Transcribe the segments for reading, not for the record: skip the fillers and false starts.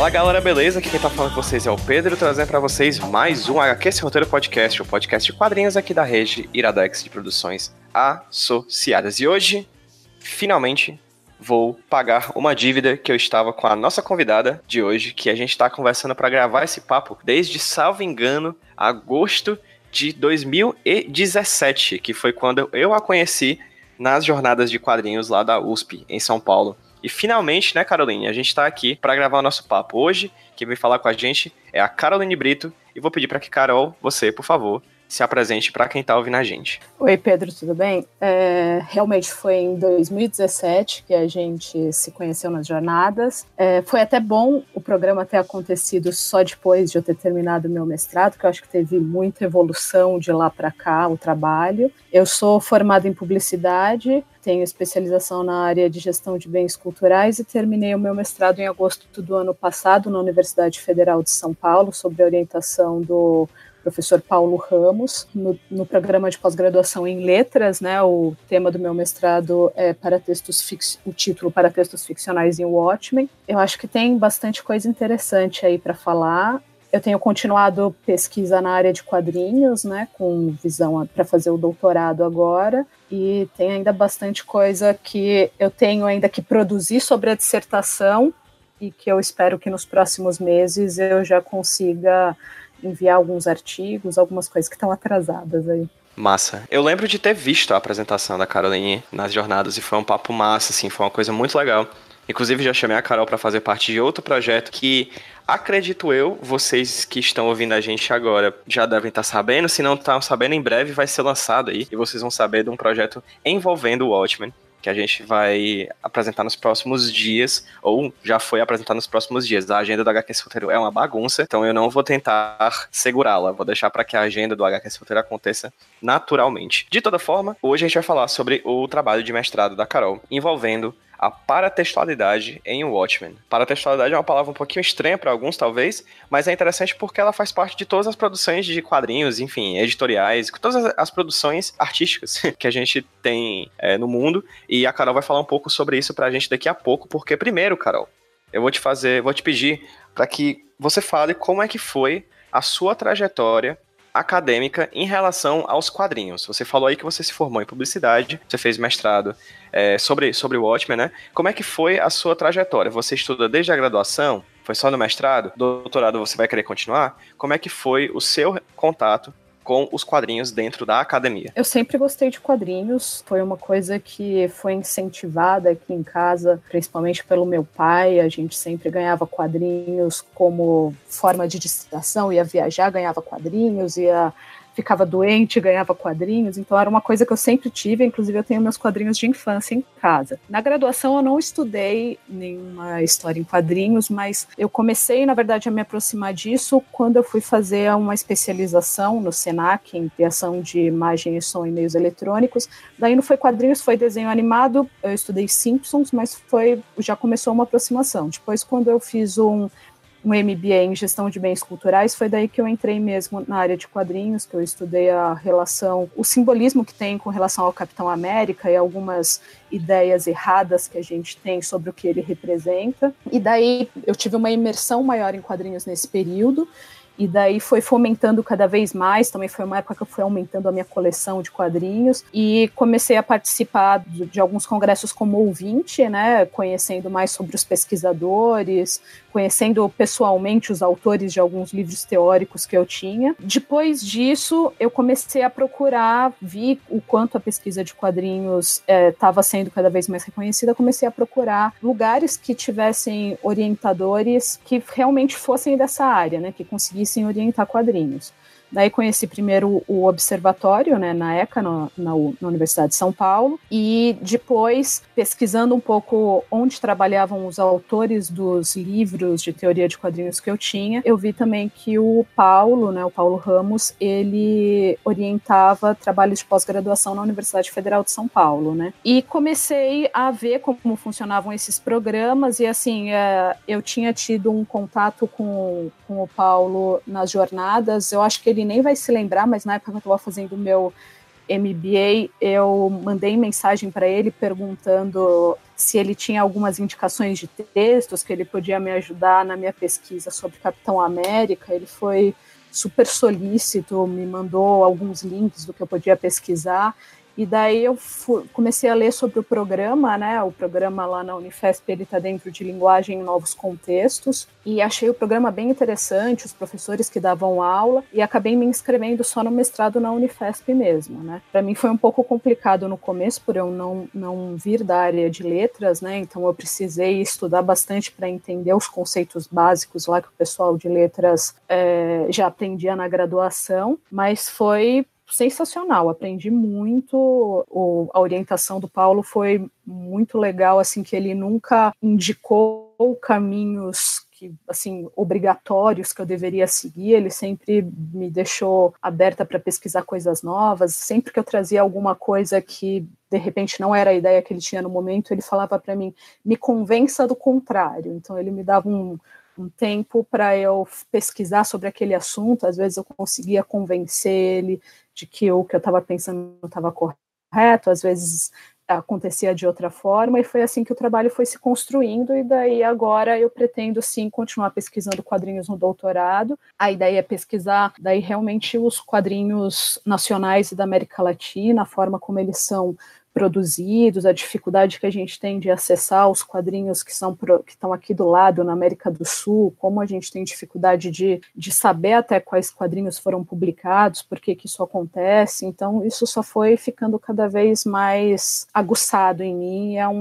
Fala galera, beleza? Aqui quem tá falando com vocês é o Pedro, trazendo pra vocês mais um HQ Sem Roteiro Podcast, o podcast de quadrinhos aqui da rede Iradex de Produções Associadas. E hoje, finalmente, vou pagar uma dívida que eu estava com a nossa convidada de hoje, que a gente tá conversando pra gravar esse papo desde, salvo engano, agosto de 2017, que foi quando eu a conheci nas jornadas de quadrinhos lá da USP, em São Paulo. E finalmente, né, Caroline, a gente tá aqui para gravar o nosso papo. Hoje, quem vem falar com a gente é a Caroline Brito, e vou pedir para que, Carol, você, por favor, se apresente para quem tá ouvindo a gente. Oi, Pedro, tudo bem? Realmente foi em 2017 que a gente se conheceu nas jornadas. Foi até bom o programa ter acontecido só depois de eu ter terminado o meu mestrado, que eu acho que teve muita evolução de lá para cá, o trabalho. Eu sou formada em publicidade, tenho especialização na área de gestão de bens culturais e terminei o meu mestrado em agosto do ano passado na Universidade Federal de São Paulo, sob a orientação do professor Paulo Ramos, no programa de pós-graduação em letras, né? O tema do meu mestrado é o título para textos ficcionais em Watchmen. Eu acho que tem bastante coisa interessante aí para falar. Eu tenho continuado pesquisa na área de quadrinhos, né, com visão para fazer o doutorado agora, e tem ainda bastante coisa que eu tenho ainda que produzir sobre a dissertação e que eu espero que nos próximos meses eu já consiga enviar alguns artigos, algumas coisas que estão atrasadas aí. Massa. Eu lembro de ter visto a apresentação da Caroline nas jornadas e foi um papo massa, assim, foi uma coisa muito legal. Inclusive, já chamei a Carol para fazer parte de outro projeto que, acredito eu, vocês que estão ouvindo a gente agora já devem estar sabendo. Se não estão sabendo, em breve vai ser lançado aí e vocês vão saber de um projeto envolvendo o Watchmen, que a gente vai apresentar nos próximos dias, ou já foi apresentar nos próximos dias. A agenda do HQ Sem Roteiro é uma bagunça, então eu não vou tentar segurá-la, vou deixar para que a agenda do HQ Sem Roteiro aconteça naturalmente. De toda forma, hoje a gente vai falar sobre o trabalho de mestrado da Carol, envolvendo a paratextualidade em Watchmen. Paratextualidade é uma palavra um pouquinho estranha para alguns, talvez, mas é interessante porque ela faz parte de todas as produções de quadrinhos, enfim, editoriais, todas as produções artísticas que a gente tem no mundo, e a Carol vai falar um pouco sobre isso pra gente daqui a pouco, porque primeiro, Carol, eu vou te pedir para que você fale como é que foi a sua trajetória acadêmica em relação aos quadrinhos. Você falou aí que você se formou em publicidade, você fez mestrado sobre o Watchmen, né? Como é que foi a sua trajetória? Você estuda desde a graduação? Foi só no mestrado? Doutorado você vai querer continuar? Como é que foi o seu contato com os quadrinhos dentro da academia? Eu sempre gostei de quadrinhos, foi uma coisa que foi incentivada aqui em casa, principalmente pelo meu pai. A gente sempre ganhava quadrinhos como forma de distração, ia viajar, ganhava quadrinhos, ficava doente, ganhava quadrinhos, então era uma coisa que eu sempre tive. Inclusive eu tenho meus quadrinhos de infância em casa. Na graduação eu não estudei nenhuma história em quadrinhos, mas eu comecei, na verdade, a me aproximar disso quando eu fui fazer uma especialização no Senac, em criação de imagem e som em meios eletrônicos. Daí não foi quadrinhos, foi desenho animado. Eu estudei Simpsons, mas já começou uma aproximação. Depois, quando eu fiz um MBA em gestão de bens culturais, foi daí que eu entrei mesmo na área de quadrinhos, que eu estudei o simbolismo que tem com relação ao Capitão América e algumas ideias erradas que a gente tem sobre o que ele representa. E daí eu tive uma imersão maior em quadrinhos nesse período, e daí foi fomentando cada vez mais. Também foi uma época que eu fui aumentando a minha coleção de quadrinhos e comecei a participar de alguns congressos como ouvinte, né, conhecendo mais sobre os pesquisadores, conhecendo pessoalmente os autores de alguns livros teóricos que eu tinha. Depois disso, eu comecei a procurar, vi o quanto a pesquisa de quadrinhos estava sendo cada vez mais reconhecida, comecei a procurar lugares que tivessem orientadores que realmente fossem dessa área, né, que conseguissem orientar quadrinhos. Daí conheci primeiro o Observatório, né, na ECA, na Universidade de São Paulo, e depois, pesquisando um pouco onde trabalhavam os autores dos livros de teoria de quadrinhos que eu tinha, eu vi também que o Paulo, né, o Paulo Ramos, ele orientava trabalhos de pós-graduação na Universidade Federal de São Paulo, né, e comecei a ver como funcionavam esses programas, e assim, eu tinha tido um contato com o Paulo nas jornadas. Eu acho que ele nem vai se lembrar, mas na época que eu estava fazendo o meu MBA, eu mandei mensagem para ele perguntando se ele tinha algumas indicações de textos que ele podia me ajudar na minha pesquisa sobre Capitão América. Ele foi super solícito, me mandou alguns links do que eu podia pesquisar. E daí eu comecei a ler sobre o programa, né? O programa lá na Unifesp, ele está dentro de linguagem em novos contextos, e achei o programa bem interessante, os professores que davam aula, e acabei me inscrevendo só no mestrado na Unifesp mesmo, né? Para mim foi um pouco complicado no começo, por eu não vir da área de letras, né? Então eu precisei estudar bastante para entender os conceitos básicos lá que o pessoal de letras já aprendia na graduação, mas foi sensacional, aprendi muito, a orientação do Paulo foi muito legal, assim, que ele nunca indicou caminhos que, assim, obrigatórios que eu deveria seguir, ele sempre me deixou aberta para pesquisar coisas novas, sempre que eu trazia alguma coisa que de repente não era a ideia que ele tinha no momento, ele falava para mim, me convença do contrário, então ele me dava um tempo para eu pesquisar sobre aquele assunto, às vezes eu conseguia convencer ele de que o que eu estava pensando não estava correto, às vezes acontecia de outra forma, e foi assim que o trabalho foi se construindo, e daí agora eu pretendo sim continuar pesquisando quadrinhos no doutorado. A ideia é pesquisar daí realmente os quadrinhos nacionais e da América Latina, a forma como eles são produzidos, a dificuldade que a gente tem de acessar os quadrinhos que estão aqui do lado, na América do Sul, como a gente tem dificuldade de saber até quais quadrinhos foram publicados, por que isso acontece. Então, isso só foi ficando cada vez mais aguçado em mim, e é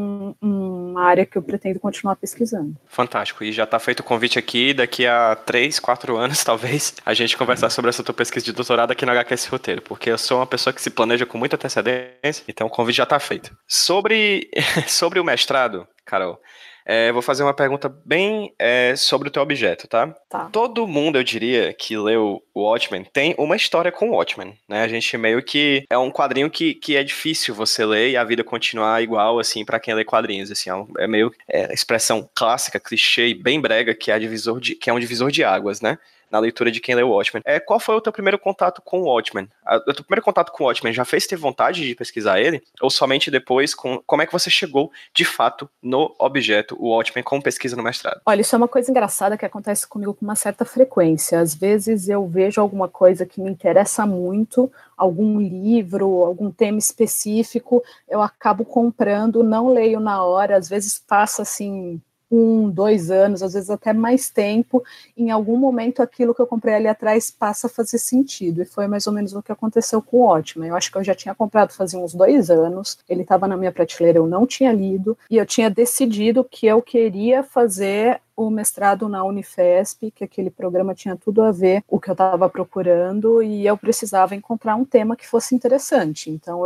uma área que eu pretendo continuar pesquisando. Fantástico, e já está feito o convite aqui, daqui a 3, 4 anos, talvez, a gente conversar sobre essa tua pesquisa de doutorado aqui no HQS Roteiro, porque eu sou uma pessoa que se planeja com muita antecedência, então o convite já está feito. Sobre o mestrado, Carol, vou fazer uma pergunta bem sobre o teu objeto, tá? Tá. Todo mundo, eu diria, que leu o Watchmen tem uma história com o Watchmen, né? A gente meio que é um quadrinho que é difícil você ler e a vida continuar igual, assim, pra quem lê quadrinhos, assim, é meio expressão clássica, clichê e bem brega, que é um divisor de águas, né? Na leitura de quem lê o Watchmen. Qual foi o teu primeiro contato com o Watchmen? O teu primeiro contato com o Watchmen já fez ter vontade de pesquisar ele? Ou somente depois, como é que você chegou, de fato, no objeto, o Watchmen, com pesquisa no mestrado? Olha, isso é uma coisa engraçada que acontece comigo com uma certa frequência. Às vezes eu vejo alguma coisa que me interessa muito, algum livro, algum tema específico, eu acabo comprando, não leio na hora, às vezes passa assim 1, 2 anos, às vezes até mais tempo, em algum momento aquilo que eu comprei ali atrás passa a fazer sentido, e foi mais ou menos o que aconteceu com o Watchmen. Eu acho que eu já tinha comprado fazia uns 2 anos, ele estava na minha prateleira, eu não tinha lido, e eu tinha decidido que eu queria fazer o mestrado na Unifesp, que aquele programa tinha tudo a ver com o que eu estava procurando, e eu precisava encontrar um tema que fosse interessante. Então,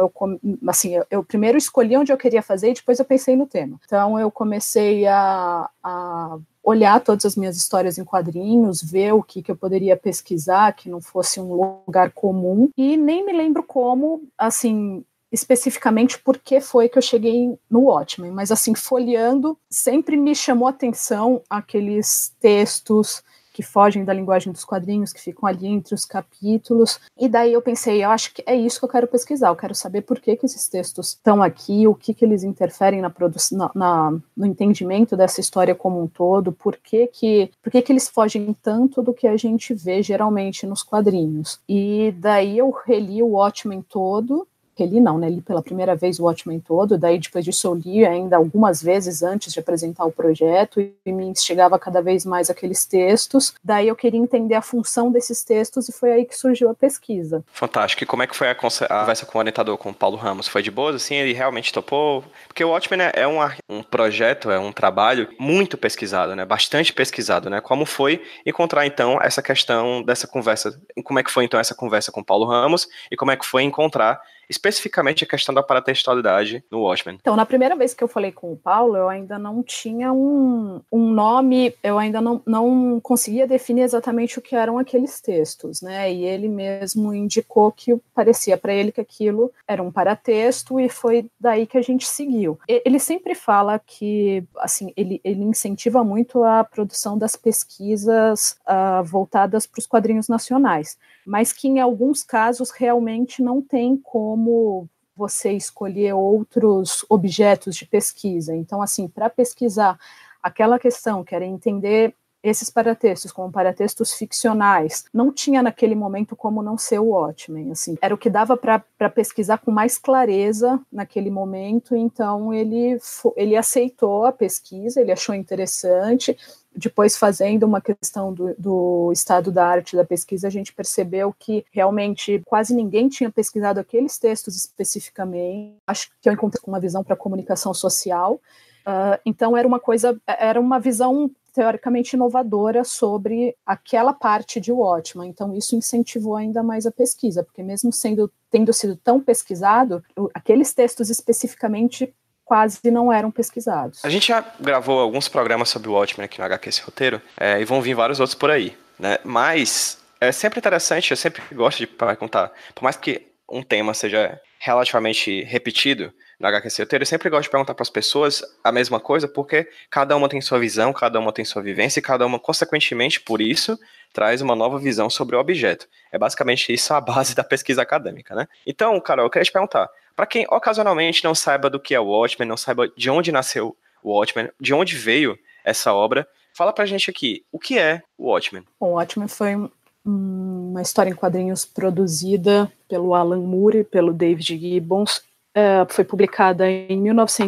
eu primeiro escolhi onde eu queria fazer e depois eu pensei no tema. Então, eu comecei a olhar todas as minhas histórias em quadrinhos, ver o que eu poderia pesquisar, que não fosse um lugar comum, e nem me lembro como, assim, especificamente por que foi que eu cheguei no Watchmen, mas assim, folheando, sempre me chamou a atenção aqueles textos que fogem da linguagem dos quadrinhos, que ficam ali entre os capítulos, e daí eu pensei, eu acho que é isso que eu quero pesquisar, eu quero saber por que esses textos estão aqui, o que eles interferem na produção, no entendimento dessa história como um todo, por que eles fogem tanto do que a gente vê geralmente nos quadrinhos. E daí eu reli o Watchmen todo, li pela primeira vez o Watchmen todo, daí depois disso eu li ainda algumas vezes antes de apresentar o projeto, e me instigava cada vez mais aqueles textos, daí eu queria entender a função desses textos, e foi aí que surgiu a pesquisa. Fantástico. E como é que foi a conversa com o orientador, com o Paulo Ramos? Foi de boas, assim? Ele realmente topou? Porque o Watchmen é um projeto, é um trabalho muito pesquisado, né? Bastante pesquisado, né? Como foi encontrar, então, essa questão dessa conversa? Como é que foi, então, essa conversa com o Paulo Ramos? E como é que foi encontrar especificamente a questão da paratextualidade no Watchmen? Então, na primeira vez que eu falei com o Paulo, eu ainda não tinha um nome, eu ainda não conseguia definir exatamente o que eram aqueles textos, né? E ele mesmo indicou que parecia para ele que aquilo era um paratexto, e foi daí que a gente seguiu. Ele sempre fala que, assim, ele incentiva muito a produção das pesquisas voltadas para os quadrinhos nacionais, mas que em alguns casos realmente não tem como como você escolher outros objetos de pesquisa. Então, assim, para pesquisar aquela questão, que era entender esses paratextos como paratextos ficcionais, não tinha naquele momento como não ser o Watchmen, assim, era o que dava para pesquisar com mais clareza naquele momento, então ele aceitou a pesquisa, ele achou interessante. Depois, fazendo uma questão do estado da arte da pesquisa, a gente percebeu que realmente quase ninguém tinha pesquisado aqueles textos especificamente. Acho que eu encontrei uma visão para a comunicação social. Então, era uma visão teoricamente inovadora sobre aquela parte de Watchmen. Então, isso incentivou ainda mais a pesquisa, porque mesmo tendo sido tão pesquisado, aqueles textos especificamente quase não eram pesquisados. A gente já gravou alguns programas sobre o Watchmen aqui no HQ Esse Roteiro, e vão vir vários outros por aí, né? Mas é sempre interessante, eu sempre gosto de perguntar, por mais que um tema seja relativamente repetido no HQ Esse Roteiro, eu sempre gosto de perguntar para as pessoas a mesma coisa, porque cada uma tem sua visão, cada uma tem sua vivência, e cada uma, consequentemente, por isso, traz uma nova visão sobre o objeto. É basicamente isso a base da pesquisa acadêmica, né? Então, Carol, eu queria te perguntar, para quem ocasionalmente não saiba do que é o Watchmen, não saiba de onde nasceu o Watchmen, de onde veio essa obra, fala pra gente aqui, o que é o Watchmen? Bom, o Watchmen foi uma história em quadrinhos produzida pelo Alan Moore e pelo David Gibbons. Foi publicada em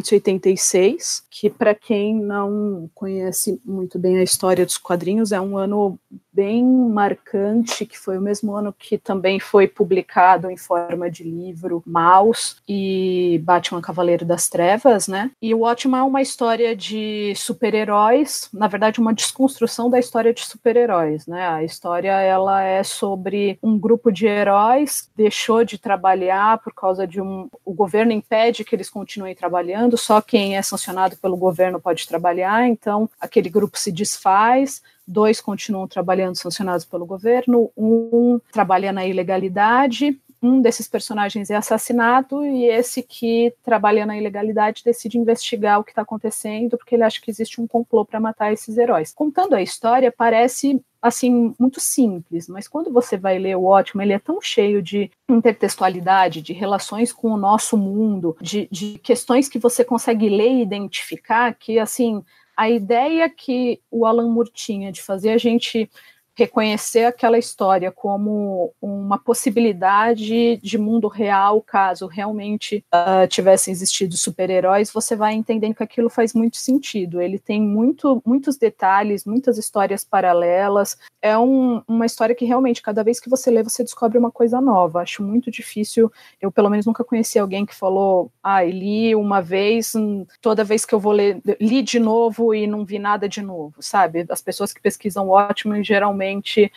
1986, que, para quem não conhece muito bem a história dos quadrinhos, é um ano bem marcante, que foi o mesmo ano que também foi publicado em forma de livro Maus e Batman Cavaleiro das Trevas, né? E o Watchmen é uma história de super-heróis, na verdade uma desconstrução da história de super-heróis, né? A história, ela é sobre um grupo de heróis que deixou de trabalhar por causa de o governo impede que eles continuem trabalhando, só quem é sancionado pelo governo pode trabalhar, então aquele grupo se desfaz, 2 continuam trabalhando sancionados pelo governo, 1 trabalha na ilegalidade, um desses personagens é assassinado e esse que trabalha na ilegalidade decide investigar o que está acontecendo porque ele acha que existe um complô para matar esses heróis. Contando a história, parece assim, muito simples, mas quando você vai ler o Watchmen, ele é tão cheio de intertextualidade, de relações com o nosso mundo, de questões que você consegue ler e identificar, que, assim, a ideia que o Alan Moore tinha de fazer a gente reconhecer aquela história como uma possibilidade de mundo real, caso realmente tivessem existido super-heróis, você vai entendendo que aquilo faz muito sentido. Ele tem muitos detalhes, muitas histórias paralelas. É uma história que realmente, cada vez que você lê, você descobre uma coisa nova. Acho muito difícil. Eu, pelo menos, nunca conheci alguém que falou, li uma vez, toda vez que eu vou ler, li de novo e não vi nada de novo, sabe? As pessoas que pesquisam Watchmen, geralmente,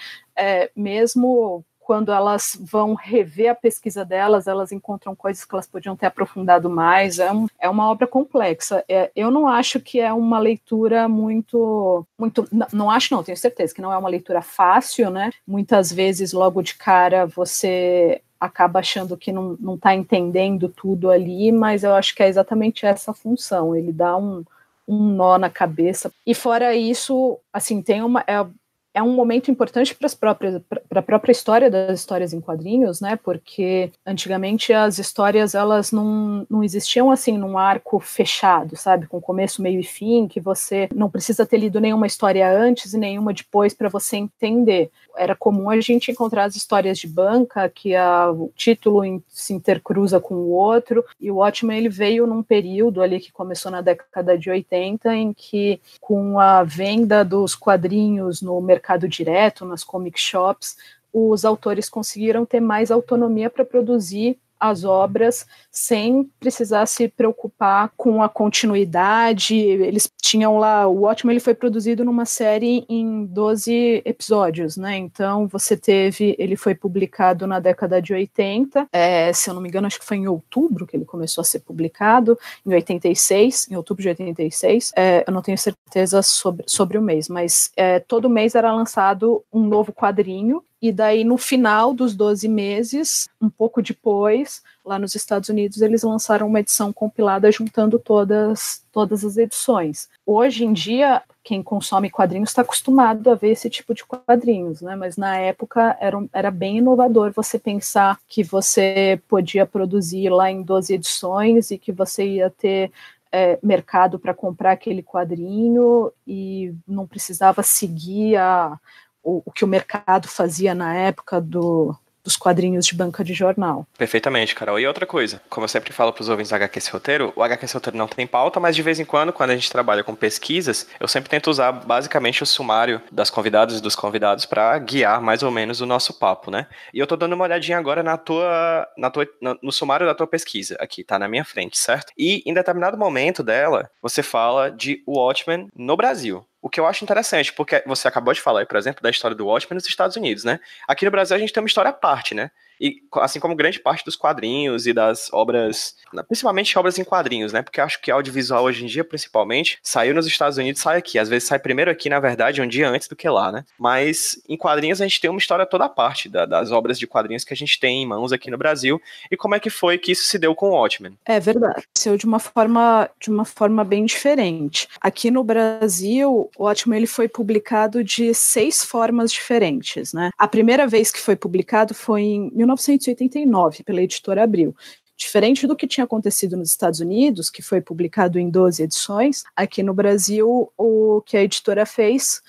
mesmo quando elas vão rever a pesquisa delas, elas encontram coisas que elas podiam ter aprofundado mais. É uma obra complexa. Eu não acho que é uma leitura muito... Não acho, não, tenho certeza que não é uma leitura fácil, né? Muitas vezes, logo de cara, você acaba achando que não está entendendo tudo ali, mas eu acho que é exatamente essa a função. Ele dá um nó na cabeça. E fora isso, assim, tem é um momento importante para a própria história das histórias em quadrinhos, né? Porque antigamente as histórias, elas não existiam assim num arco fechado, sabe? Com começo, meio e fim, que você não precisa ter lido nenhuma história antes e nenhuma depois para você entender. Era comum a gente encontrar as histórias de banca, que o título se intercruza com o outro, e o Watchmen, ele veio num período ali que começou na década de 80, em que, com a venda dos quadrinhos no mercado direto, nas comic shops, os autores conseguiram ter mais autonomia para produzir as obras sem precisar se preocupar com a continuidade. Eles tinham lá, o Watchmen, ele foi produzido numa série em 12 episódios, né? Então ele foi publicado na década de 80, se eu não me engano, acho que foi em outubro que ele começou a ser publicado, em 86, em outubro de 86, eu não tenho certeza sobre o mês, mas todo mês era lançado um novo quadrinho, e daí no final dos 12 meses, um pouco depois, lá nos Estados Unidos, eles lançaram uma edição compilada juntando todas as edições. Hoje em dia, quem consome quadrinhos está acostumado a ver esse tipo de quadrinhos, né? Mas na época era bem inovador você pensar que você podia produzir lá em 12 edições e que você ia ter mercado para comprar aquele quadrinho e não precisava seguir o que o mercado fazia na época dos quadrinhos de banca de jornal. Perfeitamente, Carol. E outra coisa, como eu sempre falo para os ouvintes do HQ Esse Roteiro, o HQ Esse Roteiro não tem pauta, mas de vez em quando a gente trabalha com pesquisas, eu sempre tento usar basicamente o sumário das convidadas e dos convidados para guiar mais ou menos o nosso papo, né? E eu tô dando uma olhadinha agora no sumário da tua pesquisa, aqui, tá na minha frente, certo? E em determinado momento dela, você fala de Watchmen no Brasil. O que eu acho interessante, porque você acabou de falar aí, por exemplo, da história do Watchmen nos Estados Unidos, né? Aqui no Brasil a gente tem uma história à parte, né? E assim como grande parte dos quadrinhos e das obras, principalmente obras em quadrinhos, né? Porque eu acho que audiovisual hoje em dia, principalmente, saiu nos Estados Unidos, sai aqui. Às vezes sai primeiro aqui, na verdade, um dia antes do que lá, né? Mas em quadrinhos a gente tem uma história toda à parte das obras de quadrinhos que a gente tem em mãos aqui no Brasil. E como é que foi que isso se deu com o Watchmen? É verdade. Saiu de uma forma bem diferente. Aqui no Brasil, o Watchmen ele foi publicado de 6 formas diferentes, né? A primeira vez que foi publicado foi em 1989, pela editora Abril. Diferente do que tinha acontecido nos Estados Unidos, que foi publicado em 12 edições, aqui no Brasil, o que a editora fez,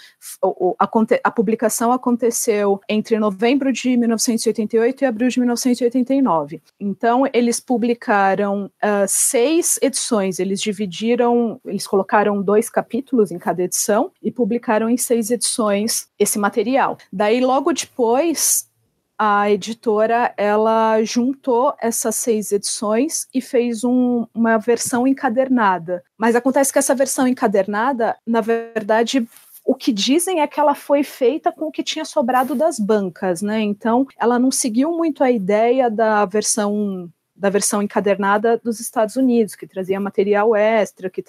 a publicação aconteceu entre novembro de 1988 e abril de 1989. Então, eles publicaram 6 edições, eles colocaram 2 capítulos em cada edição e publicaram em 6 edições esse material. Daí, logo depois, a editora, ela juntou essas 6 edições e fez uma versão encadernada. Mas acontece que essa versão encadernada, na verdade, o que dizem é que ela foi feita com o que tinha sobrado das bancas, né? Então, ela não seguiu muito a ideia da versão encadernada dos Estados Unidos, que trazia material extra, que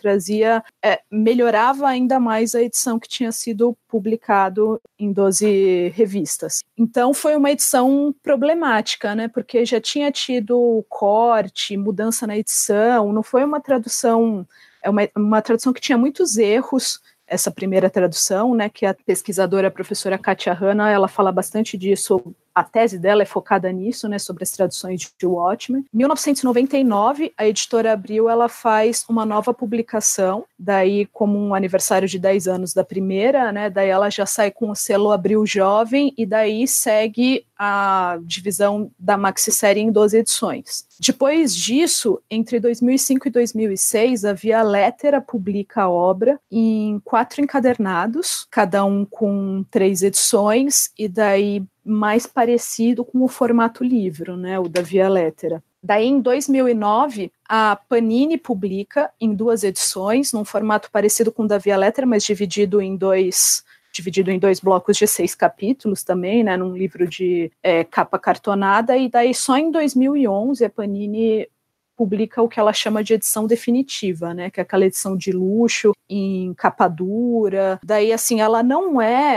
melhorava ainda mais a edição que tinha sido publicado em 12 revistas. Então foi uma edição problemática, né, porque já tinha tido corte, mudança na edição, não foi uma tradução, uma tradução que tinha muitos erros, essa primeira tradução, né, que a pesquisadora, a professora Katia Hanna, ela fala bastante disso. A tese dela é focada nisso, né, sobre as traduções de Watchmen. Em 1999, a editora Abril ela faz uma nova publicação, daí como um aniversário de 10 anos da primeira, né, daí ela já sai com o selo Abril Jovem e daí segue a divisão da maxi-série em 12 edições. Depois disso, entre 2005 e 2006, a Via Lettera publica a obra em 4 encadernados, cada um com 3 edições, e daí mais parecido com o formato livro, né, o da Via Lettera. Daí, em 2009, a Panini publica em 2 edições, num formato parecido com o da Via Lettera, mas dividido em dois blocos de 6 capítulos também, né, num livro de capa cartonada, e daí só em 2011 a Panini publica o que ela chama de edição definitiva, né, que é aquela edição de luxo em capa dura. Daí, assim, ela não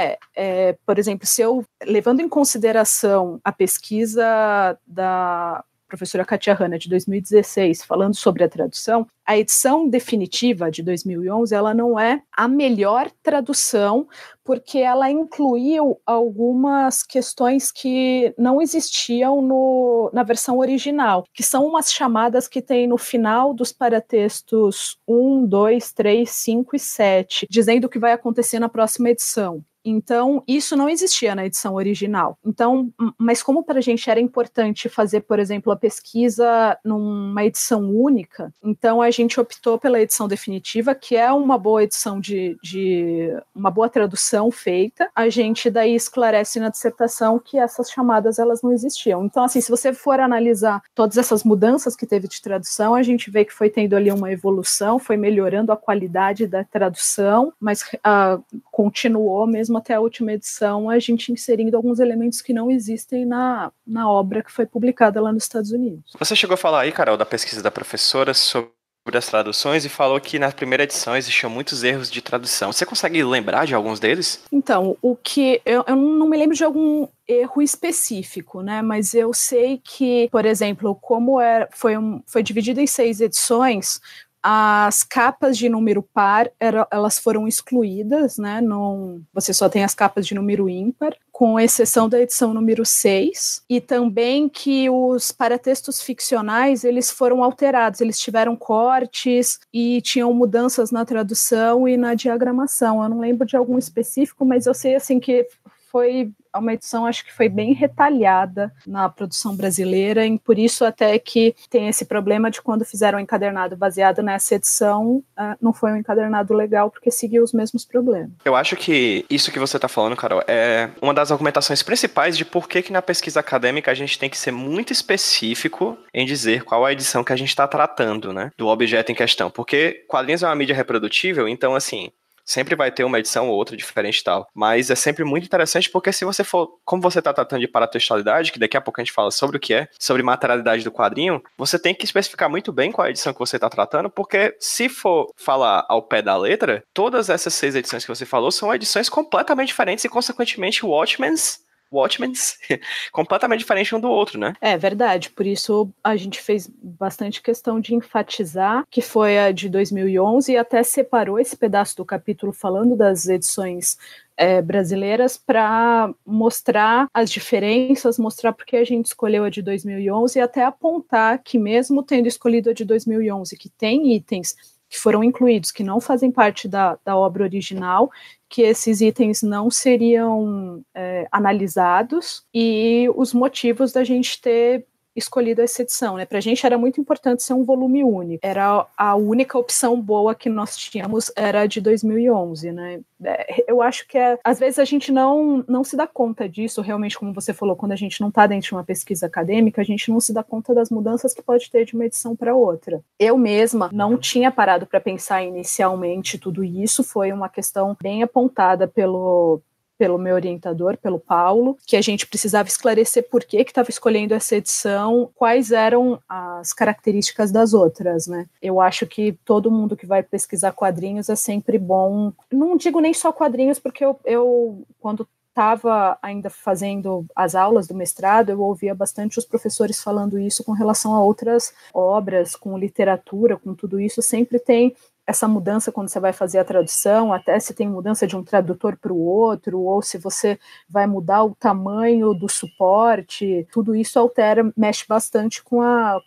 por exemplo, levando em consideração a pesquisa da professora Katia Hanna, de 2016, falando sobre a tradução, a edição definitiva de 2011, ela não é a melhor tradução, porque ela incluiu algumas questões que não existiam na versão original, que são umas chamadas que tem no final dos paratextos 1, 2, 3, 5 e 7, dizendo o que vai acontecer na próxima edição. Então, isso não existia na edição original. Então, mas como para a gente era importante fazer, por exemplo, a pesquisa numa edição única, então a gente optou pela edição definitiva, que é uma boa edição uma boa tradução feita. A gente daí esclarece na dissertação que essas chamadas elas não existiam. Então, assim, se você for analisar todas essas mudanças que teve de tradução, a gente vê que foi tendo ali uma evolução, foi melhorando a qualidade da tradução, mas continuou mesmo até a última edição, a gente inserindo alguns elementos que não existem na obra que foi publicada lá nos Estados Unidos. Você chegou a falar aí, Carol, da pesquisa da professora sobre as traduções e falou que na primeira edição existiam muitos erros de tradução. Você consegue lembrar de alguns deles? Então, o que eu não me lembro de algum erro específico, né? Mas eu sei que, por exemplo, como foi dividido em 6 edições, as capas de número par, elas foram excluídas, né? Você só tem as capas de número ímpar, com exceção da edição número 6, e também que os paratextos ficcionais, eles foram alterados, eles tiveram cortes e tinham mudanças na tradução e na diagramação. Eu não lembro de algum específico, mas eu sei, assim, que foi uma edição, acho que foi bem retalhada na produção brasileira, e por isso até que tem esse problema de quando fizeram um encadernado baseado nessa edição, não foi um encadernado legal, porque seguiu os mesmos problemas. Eu acho que isso que você está falando, Carol, é uma das argumentações principais de por que na pesquisa acadêmica a gente tem que ser muito específico em dizer qual a edição que a gente está tratando, né, do objeto em questão. Porque quadrinhos é uma mídia reprodutível, então, assim, sempre vai ter uma edição ou outra diferente e tal. Mas é sempre muito interessante porque se você for, como você está tratando de paratextualidade, que daqui a pouco a gente fala sobre o que é, sobre materialidade do quadrinho, você tem que especificar muito bem qual é a edição que você está tratando, porque se for falar ao pé da letra, todas essas 6 edições que você falou são edições completamente diferentes e, consequentemente, Watchmen's completamente diferente um do outro, né? É verdade, por isso a gente fez bastante questão de enfatizar que foi a de 2011 e até separou esse pedaço do capítulo falando das edições brasileiras para mostrar as diferenças, mostrar porque a gente escolheu a de 2011 e até apontar que mesmo tendo escolhido a de 2011, que tem itens que foram incluídos, que não fazem parte da obra original, que esses itens não seriam analisados, e os motivos da gente ter escolhido essa edição, né? Pra gente era muito importante ser um volume único. Era a única opção boa que nós tínhamos, era a de 2011, né? Eu acho que às vezes a gente não se dá conta disso, realmente, como você falou, quando a gente não está dentro de uma pesquisa acadêmica, a gente não se dá conta das mudanças que pode ter de uma edição para outra. Eu mesma não tinha parado para pensar inicialmente tudo isso, foi uma questão bem apontada pelo meu orientador, pelo Paulo, que a gente precisava esclarecer por que estava escolhendo essa edição, quais eram as características das outras, né? Eu acho que todo mundo que vai pesquisar quadrinhos é sempre bom, não digo nem só quadrinhos, porque eu quando estava ainda fazendo as aulas do mestrado, eu ouvia bastante os professores falando isso com relação a outras obras, com literatura, com tudo isso, sempre tem essa mudança quando você vai fazer a tradução, até se tem mudança de um tradutor para o outro, ou se você vai mudar o tamanho do suporte, tudo isso altera, mexe bastante com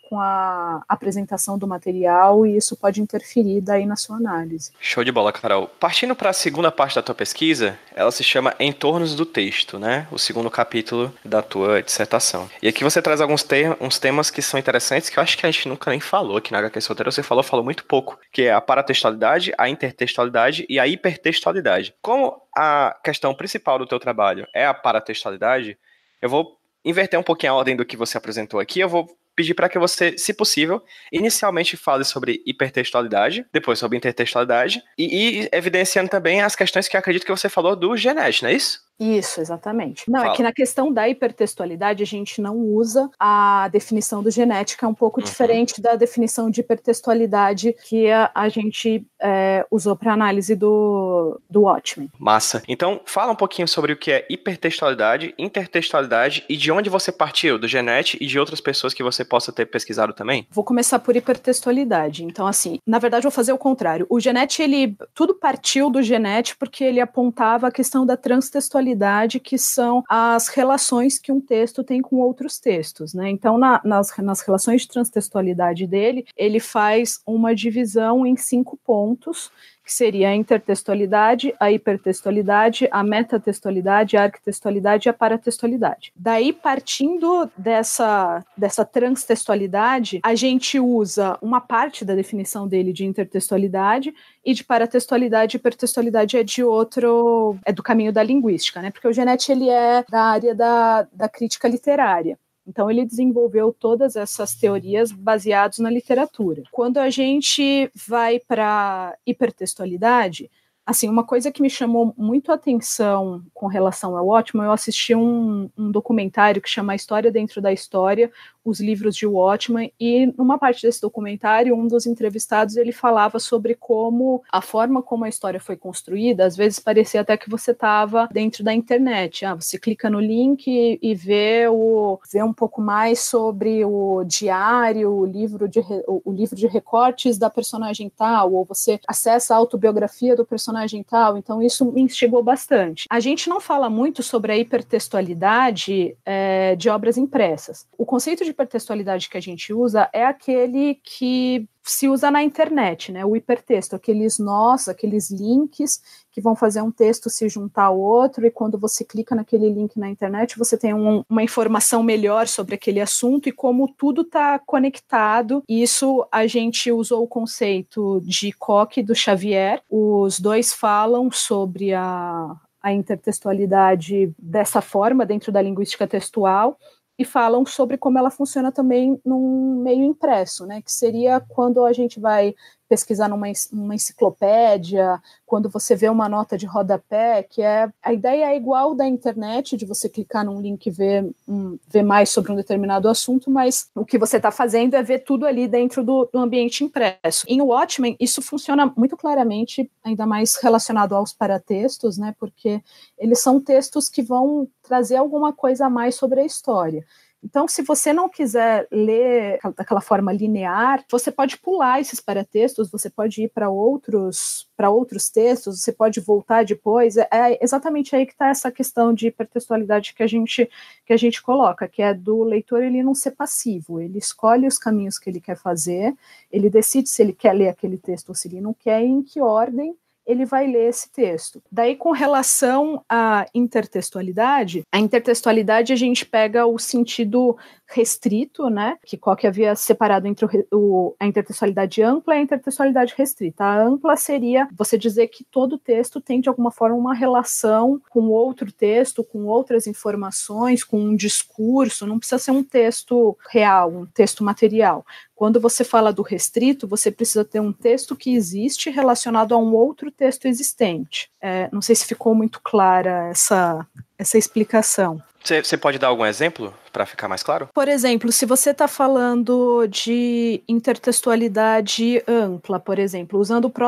a apresentação do material, e isso pode interferir daí na sua análise. Show de bola, Carol. Partindo para a segunda parte da tua pesquisa, ela se chama Entornos do Texto, né? O segundo capítulo da tua dissertação. E aqui você traz uns temas que são interessantes, que eu acho que a gente nunca nem falou aqui na HQ Solteiro. Você falou muito pouco, que é a paratextualidade, a intertextualidade e a hipertextualidade. Como a questão principal do teu trabalho é a paratextualidade, eu vou inverter um pouquinho a ordem do que você apresentou aqui. Eu vou pedir para que você, se possível, inicialmente fale sobre hipertextualidade, depois sobre intertextualidade, e evidenciando também as questões que eu acredito que você falou do GENET, não é isso? Isso, exatamente. Não, Fala. É que na questão da hipertextualidade a gente não usa a definição do GENET, que é um pouco diferente da definição de hipertextualidade que a gente usou para análise do Watchmen. Massa. Então, fala um pouquinho sobre o que é hipertextualidade, intertextualidade e de onde você partiu, do GENET e de outras pessoas que você possa ter pesquisado também. Vou começar por hipertextualidade. Então, assim, na verdade, eu vou fazer o contrário. O GENET, tudo partiu do GENET porque ele apontava a questão da transtextualidade, que são as relações que um texto tem com outros textos, né? Então, nas relações de transtextualidade dele, ele faz uma divisão em 5 pontos, que seria a intertextualidade, a hipertextualidade, a metatextualidade, a arquitextualidade e a paratextualidade. Daí, partindo dessa transtextualidade, a gente usa uma parte da definição dele de intertextualidade, e de paratextualidade e hipertextualidade é do caminho da linguística, né? Porque o GENET, ele é da área da crítica literária. Então, ele desenvolveu todas essas teorias baseadas na literatura. Quando a gente vai para hipertextualidade, assim, uma coisa que me chamou muito a atenção com relação ao Watchmen, eu assisti um documentário que chama A História Dentro da História, os livros de Watchmen, e numa parte desse documentário, um dos entrevistados, ele falava sobre como a forma como a história foi construída, às vezes parecia até que você estava dentro da internet. Você clica no link e vê um pouco mais sobre o diário, o livro de recortes da personagem tal, ou você acessa a autobiografia do personagem tal. Então isso me instigou bastante. A gente não fala muito sobre a hipertextualidade de obras impressas. O conceito de hipertextualidade que a gente usa é aquele que se usa na internet, né? O hipertexto, aqueles nós, aqueles links que vão fazer um texto se juntar ao outro, e quando você clica naquele link na internet, você tem uma informação melhor sobre aquele assunto e como tudo está conectado. Isso a gente usou o conceito de Koch e do Xavier. Os dois falam sobre a intertextualidade dessa forma, dentro da linguística textual, e falam sobre como ela funciona também num meio impresso, né? Que seria quando a gente vai pesquisar numa enciclopédia, quando você vê uma nota de rodapé, a ideia é igual da internet, de você clicar num link e ver mais sobre um determinado assunto, mas o que você está fazendo é ver tudo ali dentro do ambiente impresso. Em Watchmen, isso funciona muito claramente, ainda mais relacionado aos paratextos, né? Porque eles são textos que vão trazer alguma coisa a mais sobre a história. Então, se você não quiser ler daquela forma linear, você pode pular esses paratextos, você pode ir para outros textos, você pode voltar depois. É exatamente aí que está essa questão de hipertextualidade que a gente coloca, que é do leitor ele não ser passivo, ele escolhe os caminhos que ele quer fazer, ele decide se ele quer ler aquele texto ou se ele não quer, e em que ordem ele vai ler esse texto. Daí, com relação à intertextualidade, a gente pega o sentido restrito, né, que Koch havia separado entre a intertextualidade ampla e a intertextualidade restrita. A ampla seria você dizer que todo texto tem, de alguma forma, uma relação com outro texto, com outras informações, com um discurso, não precisa ser um texto real, um texto material. Quando você fala do restrito, você precisa ter um texto que existe relacionado a um outro texto existente. Não sei se ficou muito clara essa explicação. Você pode dar algum exemplo para ficar mais claro? Por exemplo, se você está falando de intertextualidade ampla, por exemplo, usando o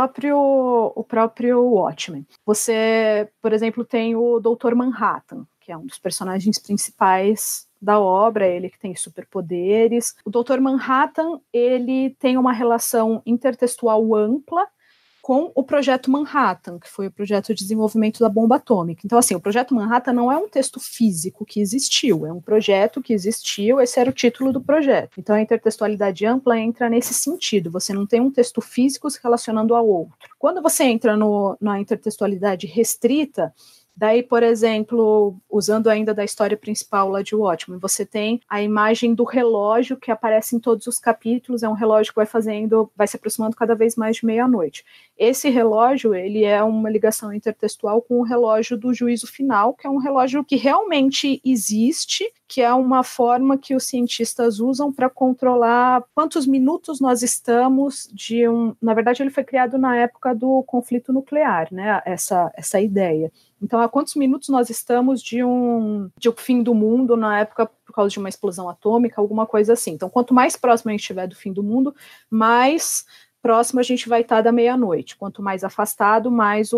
próprio Watchmen, você, por exemplo, tem o Dr. Manhattan, que é um dos personagens principais da obra, ele que tem superpoderes. O Dr. Manhattan, ele tem uma relação intertextual ampla com o Projeto Manhattan, que foi o projeto de desenvolvimento da bomba atômica. Então, assim, o Projeto Manhattan não é um texto físico que existiu, é um projeto que existiu, esse era o título do projeto. Então, a intertextualidade ampla entra nesse sentido, você não tem um texto físico se relacionando ao outro. Quando você entra na intertextualidade restrita, daí, por exemplo, usando ainda da história principal lá de Watchmen, você tem a imagem do relógio que aparece em todos os capítulos, é um relógio que vai se aproximando cada vez mais de meia-noite. Esse relógio, ele é uma ligação intertextual com o relógio do juízo final, que é um relógio que realmente existe, que é uma forma que os cientistas usam para controlar quantos minutos nós estamos Na verdade, ele foi criado na época do conflito nuclear, né? Essa ideia. Então, há quantos minutos nós estamos de um fim do mundo na época por causa de uma explosão atômica, alguma coisa assim. Então, quanto mais próximo a gente estiver do fim do mundo, mais próximo a gente vai estar da meia-noite. Quanto mais afastado, mais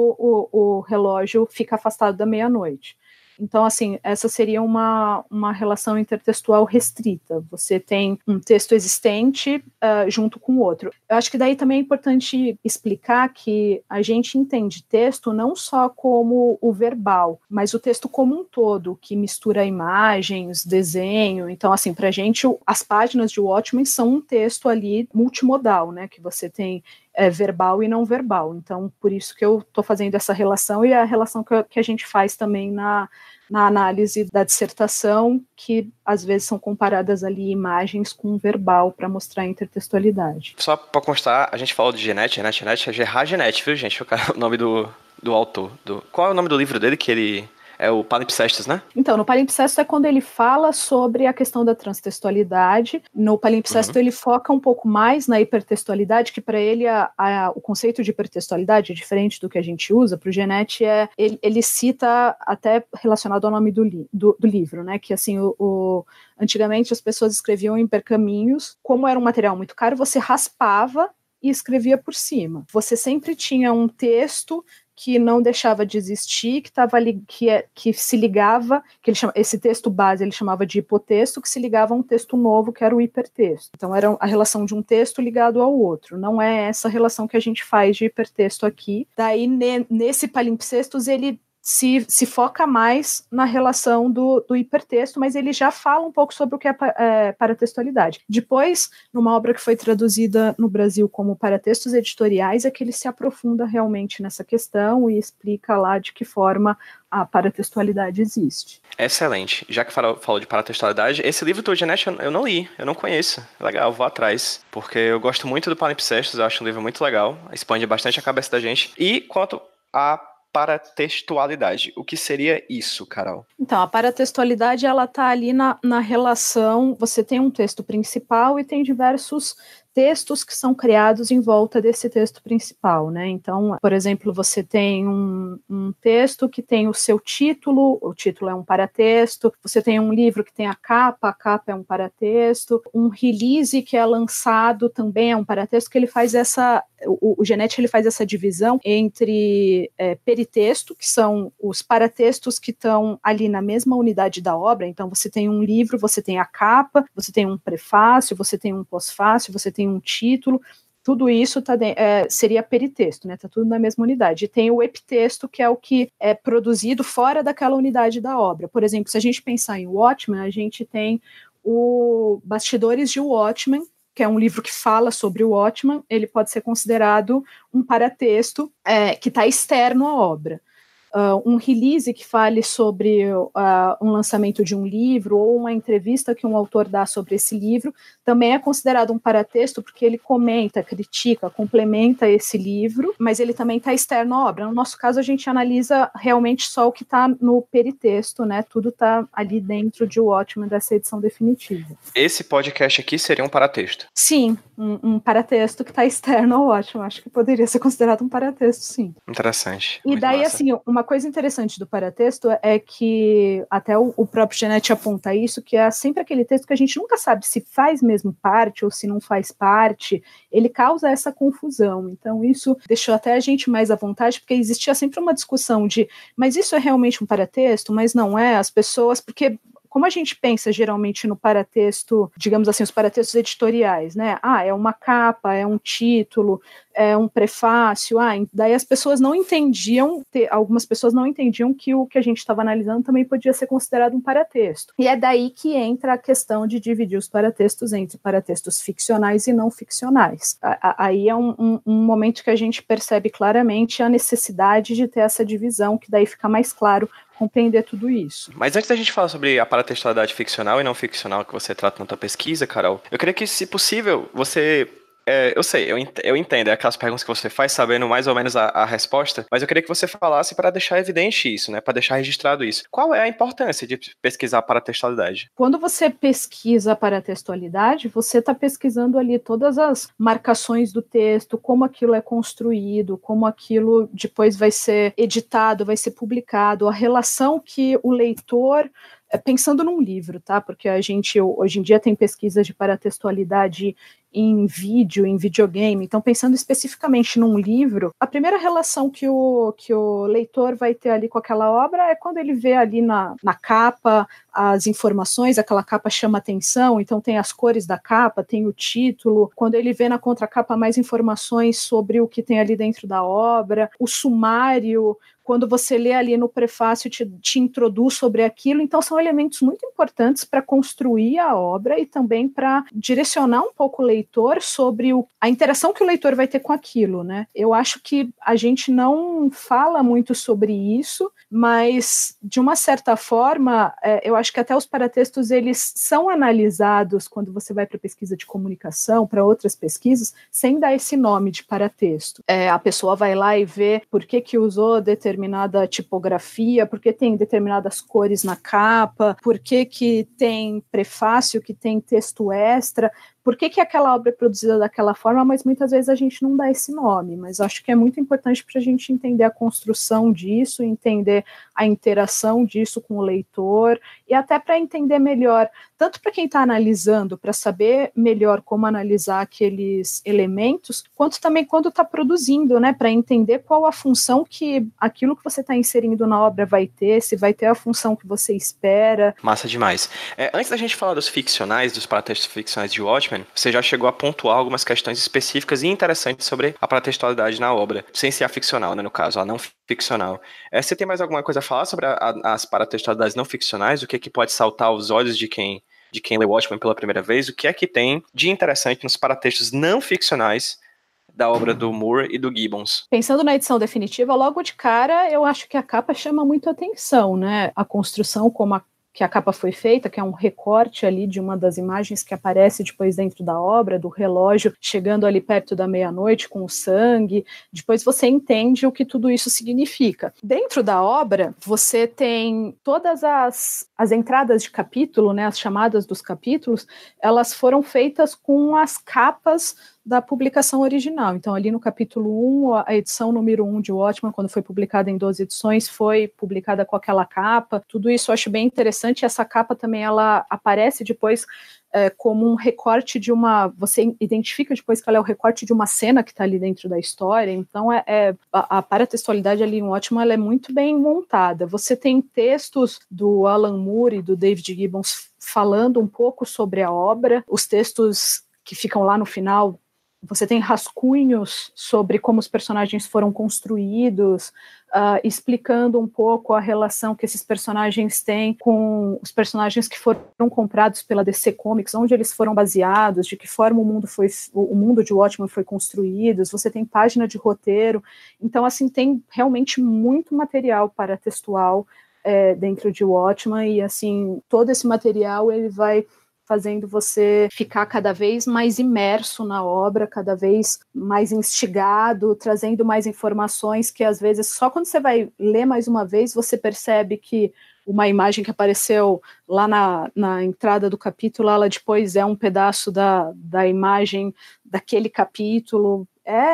o relógio fica afastado da meia-noite. Então, assim, essa seria uma relação intertextual restrita. Você tem um texto existente junto com o outro. Eu acho que daí também é importante explicar que a gente entende texto não só como o verbal, mas o texto como um todo, que mistura imagens, desenho. Então, assim, pra gente, as páginas de Watchmen são um texto ali multimodal, né? Que você tem verbal e não verbal. Então, por isso que eu estou fazendo essa relação, e a relação que a gente faz também na análise da dissertação, que às vezes são comparadas ali imagens com verbal para mostrar a intertextualidade. Só para constar, a gente falou de Genet é Gerard Genet, viu, gente? O nome do autor. Qual é o nome do livro dele que ele É o Palimpsestos, né? Então, no Palimpsesto é quando ele fala sobre a questão da transtextualidade. No Palimpsesto ele foca um pouco mais na hipertextualidade, que para ele o conceito de hipertextualidade é diferente do que a gente usa. Para o Genetti, ele cita até relacionado ao nome do livro, né? Que assim, antigamente as pessoas escreviam em pergaminhos. Como era um material muito caro, você raspava e escrevia por cima. Você sempre tinha um texto que não deixava de existir, que estava ali, que se ligava, esse texto base ele chamava de hipotexto, que se ligava a um texto novo, que era o hipertexto. Então era a relação de um texto ligado ao outro. Não é essa relação que a gente faz de hipertexto aqui. Daí, nesse Palimpsestos, ele se foca mais na relação do hipertexto, mas ele já fala um pouco sobre o que é paratextualidade. Depois, numa obra que foi traduzida no Brasil como Paratextos Editoriais, é que ele se aprofunda realmente nessa questão e explica lá de que forma a paratextualidade existe. Excelente. Já que falou de paratextualidade, esse livro do Genetti eu não li, eu não conheço. Legal, vou atrás, porque eu gosto muito do Palimpsestos, eu acho um livro muito legal, expande bastante a cabeça da gente. E quanto a paratextualidade. O que seria isso, Carol? Então, a paratextualidade, ela está ali na relação, você tem um texto principal e tem diversos textos que são criados em volta desse texto principal, né? Então, por exemplo, você tem um texto que tem o seu título, o título é um paratexto, você tem um livro que tem a capa é um paratexto, um release que é lançado também é um paratexto, que ele faz o Genetti ele faz essa divisão entre peritexto, que são os paratextos que estão ali na mesma unidade da obra. Então você tem um livro, você tem a capa, você tem um prefácio, você tem um pós-fácio, você tem um título, tudo isso seria peritexto, né? Tá tudo na mesma unidade. E tem o epitexto, que é o que é produzido fora daquela unidade da obra. Por exemplo, se a gente pensar em Watchmen, a gente tem o Bastidores de Watchmen, que é um livro que fala sobre o Watchmen. Ele pode ser considerado um paratexto que está externo à obra. Um release que fale sobre um lançamento de um livro ou uma entrevista que um autor dá sobre esse livro, também é considerado um paratexto, porque ele comenta, critica, complementa esse livro, mas ele também está externo à obra. No nosso caso, a gente analisa realmente só o que está no peritexto, né? Tudo está ali dentro de Watchmen, dessa edição definitiva. Esse podcast aqui seria um paratexto? Sim, um paratexto que está externo ao Watchmen. Acho que poderia ser considerado um paratexto, sim. Interessante. E daí, massa. Assim, uma coisa interessante do paratexto é que até o próprio Genetti aponta isso, que é sempre aquele texto que a gente nunca sabe se faz mesmo parte ou se não faz parte. Ele causa essa confusão. Então isso deixou até a gente mais à vontade, porque existia sempre uma discussão de, mas isso é realmente um paratexto? Mas não é? As pessoas, porque como a gente pensa geralmente no paratexto, digamos assim, os paratextos editoriais, né? É uma capa, é um título, é um prefácio, daí as pessoas não entendiam, algumas pessoas não entendiam que o que a gente estava analisando também podia ser considerado um paratexto. E é daí que entra a questão de dividir os paratextos entre paratextos ficcionais e não ficcionais. Aí é um momento que a gente percebe claramente a necessidade de ter essa divisão, que daí fica mais claro compreender tudo isso. Mas antes da gente falar sobre a paratextualidade ficcional e não ficcional que você trata na tua pesquisa, Carol, eu queria que, se possível, você... eu entendo, é aquelas perguntas que você faz sabendo mais ou menos a resposta, mas eu queria que você falasse para deixar evidente isso, né, para deixar registrado isso. Qual é a importância de pesquisar a paratextualidade? Quando você pesquisa a paratextualidade, você está pesquisando ali todas as marcações do texto, como aquilo é construído, como aquilo depois vai ser editado, vai ser publicado, a relação que o leitor... Pensando num livro, tá? Porque a gente hoje em dia tem pesquisas de paratextualidade em vídeo, em videogame. Então, pensando especificamente num livro, a primeira relação que o leitor vai ter ali com aquela obra é quando ele vê ali na capa as informações, aquela capa chama atenção, então tem as cores da capa, tem o título, quando ele vê na contracapa mais informações sobre o que tem ali dentro da obra, o sumário, quando você lê ali no prefácio, te introduz sobre aquilo. Então são elementos muito importantes para construir a obra e também para direcionar um pouco o leitor sobre a interação que o leitor vai ter com aquilo, né? Eu acho que a gente não fala muito sobre isso, mas, de uma certa forma, eu acho que até os paratextos, eles são analisados quando você vai para pesquisa de comunicação, para outras pesquisas, sem dar esse nome de paratexto. A pessoa vai lá e vê por que usou determinada tipografia, por que tem determinadas cores na capa, por que tem prefácio, que tem texto extra, por que aquela obra é produzida daquela forma, mas muitas vezes a gente não dá esse nome, mas acho que é muito importante para a gente entender a construção disso, entender a interação disso com o leitor, e até para entender melhor, tanto para quem está analisando, para saber melhor como analisar aqueles elementos, quanto também quando está produzindo, né, para entender qual a função que aquilo que você está inserindo na obra vai ter, se vai ter a função que você espera. Massa demais. Antes da gente falar dos ficcionais, dos paratextos ficcionais de Watchmen, você já chegou a pontuar algumas questões específicas e interessantes sobre a paratextualidade na obra, sem ser a ficcional, né, no caso, a não ficcional. Você tem mais alguma coisa a falar sobre as paratextualidades não ficcionais? O que pode saltar aos olhos de quem lê Watchmen pela primeira vez? O que é que tem de interessante nos paratextos não ficcionais da obra do Moore e do Gibbons? Pensando na edição definitiva, logo de cara, eu acho que a capa chama muito atenção, né? A construção que a capa foi feita, que é um recorte ali de uma das imagens que aparece depois dentro da obra, do relógio chegando ali perto da meia-noite com o sangue, depois você entende o que tudo isso significa. Dentro da obra, você tem todas as entradas de capítulo, né, as chamadas dos capítulos, elas foram feitas com as capas da publicação original. Então, ali no capítulo 1, a edição número 1 de Watchmen, quando foi publicada em 12 edições, foi publicada com aquela capa. Tudo isso eu acho bem interessante. Essa capa também, ela aparece depois como um recorte de uma... Você identifica depois que ela é o recorte de uma cena que está ali dentro da história. Então, a paratextualidade ali em Watchmen, ela é muito bem montada. Você tem textos do Alan Moore e do David Gibbons falando um pouco sobre a obra. Os textos que ficam lá no final, você tem rascunhos sobre como os personagens foram construídos, explicando um pouco a relação que esses personagens têm com os personagens que foram comprados pela DC Comics, onde eles foram baseados, de que forma o mundo de Watchmen foi construído. Você tem página de roteiro. Então, assim, tem realmente muito material paratextual dentro de Watchmen, e assim, todo esse material ele vai fazendo você ficar cada vez mais imerso na obra, cada vez mais instigado, trazendo mais informações que, às vezes, só quando você vai ler mais uma vez, você percebe que uma imagem que apareceu lá na entrada do capítulo, ela depois é um pedaço da imagem daquele capítulo.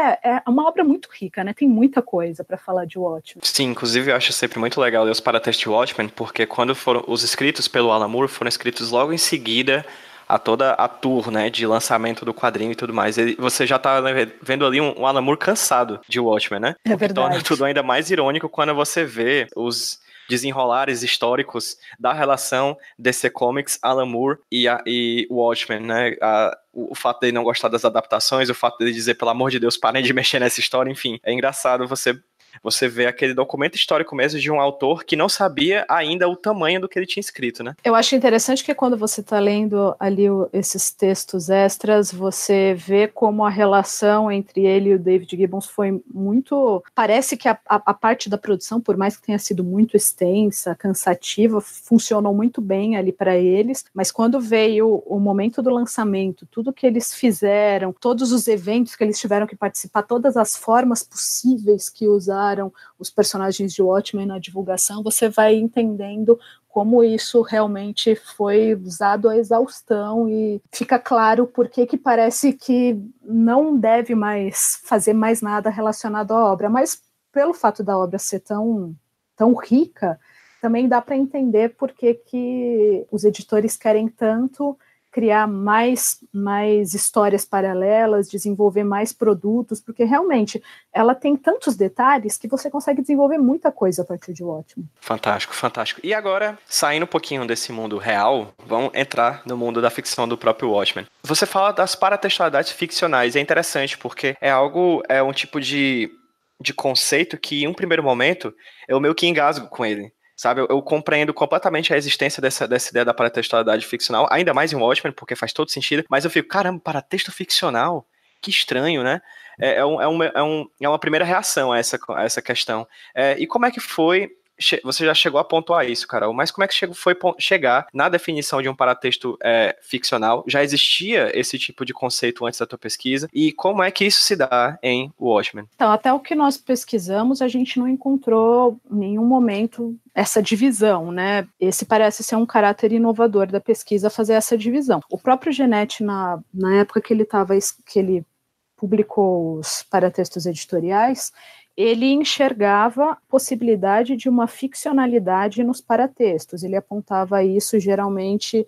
É uma obra muito rica, né? Tem muita coisa para falar de Watchmen. Sim, inclusive eu acho sempre muito legal ler os paratextos de Watchmen, porque quando foram os escritos pelo Alan Moore, foram escritos logo em seguida a toda a tour, né, de lançamento do quadrinho e tudo mais. Você já tá vendo ali um Alan Moore cansado de Watchmen, né? É verdade. Torna tudo ainda mais irônico quando você vê os desenrolares históricos da relação DC Comics, Alan Moore e Watchmen, né? O fato dele não gostar das adaptações, o fato dele dizer, pelo amor de Deus, parem de mexer nessa história, enfim. É engraçado você vê aquele documento histórico mesmo de um autor que não sabia ainda o tamanho do que ele tinha escrito, né? Eu acho interessante que quando você está lendo ali esses textos extras, você vê como a relação entre ele e o David Gibbons foi muito... Parece que a parte da produção, por mais que tenha sido muito extensa, cansativa, funcionou muito bem ali para eles, mas quando veio o momento do lançamento, tudo que eles fizeram, todos os eventos que eles tiveram que participar, todas as formas possíveis que usaram os personagens de Watchmen na divulgação, você vai entendendo como isso realmente foi usado à exaustão, e fica claro por que parece que não deve mais fazer mais nada relacionado à obra, mas pelo fato da obra ser tão rica, também dá para entender por que os editores querem tanto criar mais histórias paralelas, desenvolver mais produtos, porque realmente ela tem tantos detalhes que você consegue desenvolver muita coisa a partir de Watchmen. Fantástico, fantástico. E agora, saindo um pouquinho desse mundo real, vamos entrar no mundo da ficção do próprio Watchmen. Você fala das paratextualidades ficcionais, é interessante porque é um tipo de conceito que, em um primeiro momento, eu meio que engasgo com ele. Sabe, eu compreendo completamente a existência dessa ideia da paratextualidade ficcional, ainda mais em Watchmen, porque faz todo sentido, mas eu fico, caramba, paratexto ficcional? Que estranho, né? É uma primeira reação a essa questão. E como é que foi você já chegou a pontuar isso, Carol, mas como é que foi chegar na definição de um paratexto ficcional? Já existia esse tipo de conceito antes da tua pesquisa? E como é que isso se dá em Watchmen? Então, até o que nós pesquisamos, a gente não encontrou em nenhum momento essa divisão, né? Esse parece ser um caráter inovador da pesquisa, fazer essa divisão. O próprio Genetti, na época que ele publicou os paratextos editoriais, ele enxergava a possibilidade de uma ficcionalidade nos paratextos. Ele apontava isso geralmente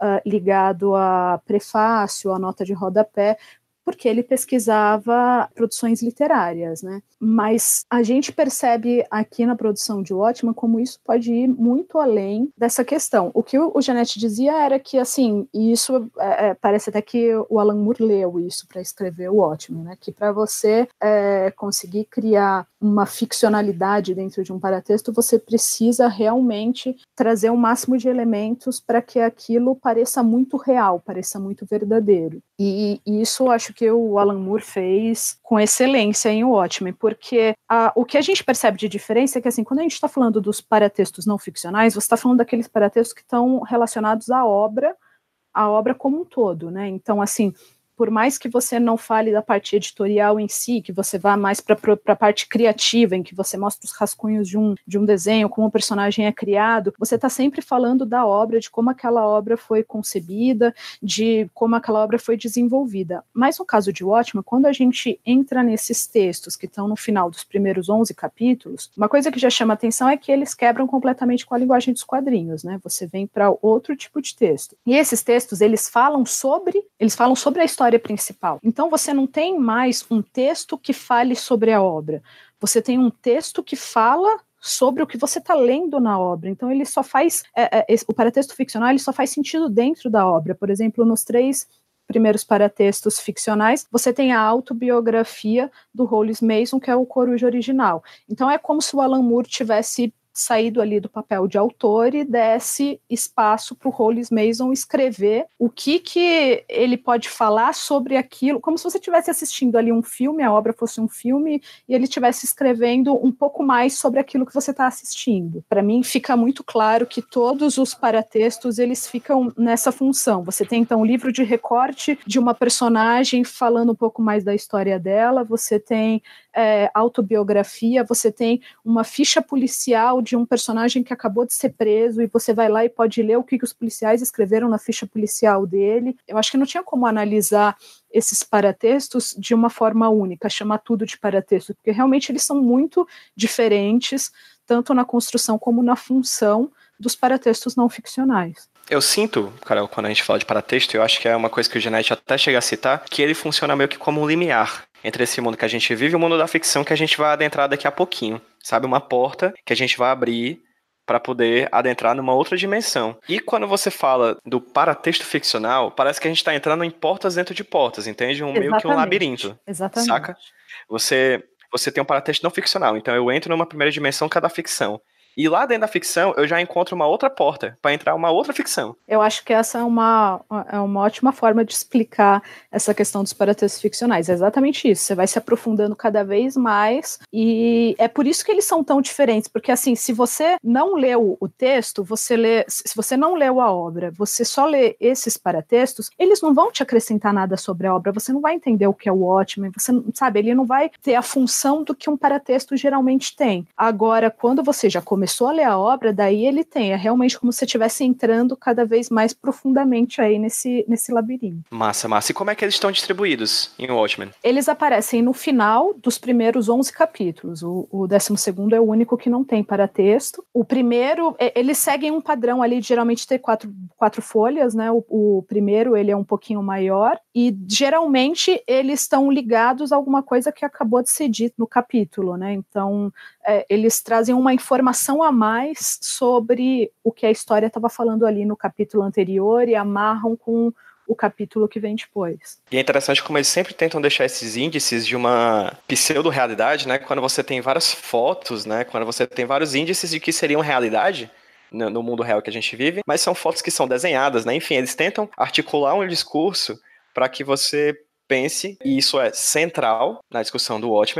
ligado a prefácio, a nota de rodapé, porque ele pesquisava produções literárias, né? Mas a gente percebe aqui na produção de Watchmen como isso pode ir muito além dessa questão. O que o Genetti dizia era que, assim, e isso parece até que o Alan Moore leu isso para escrever o Watchmen, né? Que para você conseguir criar uma ficcionalidade dentro de um paratexto, você precisa realmente trazer o máximo de elementos para que aquilo pareça muito real, pareça muito verdadeiro. E isso acho que o Alan Moore fez com excelência em Watchmen, porque o que a gente percebe de diferença é que, assim, quando a gente está falando dos paratextos não ficcionais, você está falando daqueles paratextos que estão relacionados à obra como um todo, né? Então, assim, por mais que você não fale da parte editorial em si, que você vá mais para a parte criativa, em que você mostra os rascunhos de um desenho, como o personagem é criado, você está sempre falando da obra, de como aquela obra foi concebida, de como aquela obra foi desenvolvida. Mas no caso de Watchmen, quando a gente entra nesses textos que estão no final dos primeiros 11 capítulos, uma coisa que já chama atenção é que eles quebram completamente com a linguagem dos quadrinhos, né? Você vem para outro tipo de texto. E esses textos, eles falam sobre a história principal. Então você não tem mais um texto que fale sobre a obra. Você tem um texto que fala sobre o que você está lendo na obra. Então ele só faz o paratexto ficcional, ele só faz sentido dentro da obra. Por exemplo, nos 3 primeiros paratextos ficcionais, você tem a autobiografia do Hollis Mason, que é o Coruja original. Então é como se o Alan Moore tivesse saído ali do papel de autor e desse espaço para o Hollis Mason escrever o que ele pode falar sobre aquilo, como se você estivesse assistindo ali um filme, a obra fosse um filme, e ele estivesse escrevendo um pouco mais sobre aquilo que você está assistindo. Para mim, fica muito claro que todos os paratextos, eles ficam nessa função. Você tem, então, um livro de recorte de uma personagem falando um pouco mais da história dela, você tem autobiografia, você tem uma ficha policial de um personagem que acabou de ser preso e você vai lá e pode ler o que os policiais escreveram na ficha policial dele. Eu acho que não tinha como analisar esses paratextos de uma forma única, chamar tudo de paratexto, porque realmente eles são muito diferentes, tanto na construção como na função dos paratextos não ficcionais. Eu sinto, Carol, quando a gente fala de paratexto, eu acho que é uma coisa que o Genetti até chega a citar, que ele funciona meio que como um limiar entre esse mundo que a gente vive e o mundo da ficção que a gente vai adentrar daqui a pouquinho. Sabe, uma porta que a gente vai abrir para poder adentrar numa outra dimensão. E quando você fala do paratexto ficcional, parece que a gente está entrando em portas dentro de portas, entende? Meio que um labirinto. Exatamente. Saca? Você tem um paratexto não ficcional, então eu entro numa primeira dimensão que é da ficção. E lá dentro da ficção, eu já encontro uma outra porta para entrar uma outra ficção. Eu acho que essa é uma ótima forma de explicar essa questão dos paratextos ficcionais. É exatamente isso. Você vai se aprofundando cada vez mais e é por isso que eles são tão diferentes. Porque, assim, se você não leu o texto, se você não leu a obra, você só lê esses paratextos, eles não vão te acrescentar nada sobre a obra. Você não vai entender o que é o Watchmen. Você sabe, ele não vai ter a função do que um paratexto geralmente tem. Agora, quando você já começou a ler a obra, daí ele tem, é realmente como se você estivesse entrando cada vez mais profundamente aí nesse labirinto. Massa, massa. E como é que eles estão distribuídos em Watchmen? Eles aparecem no final dos primeiros 11 capítulos. O 12º é o único que não tem paratexto. O primeiro, eles seguem um padrão ali de geralmente ter quatro folhas, né? O primeiro, ele é um pouquinho maior e geralmente eles estão ligados a alguma coisa que acabou de ser dito no capítulo, né? Então, eles trazem uma informação a mais sobre o que a história estava falando ali no capítulo anterior e amarram com o capítulo que vem depois. E é interessante como eles sempre tentam deixar esses índices de uma pseudo-realidade, né? Quando você tem várias fotos, né? Quando você tem vários índices de que seriam realidade no mundo real que a gente vive, mas são fotos que são desenhadas, né? Enfim, eles tentam articular um discurso para que você pense, e isso é central na discussão do Watchmen,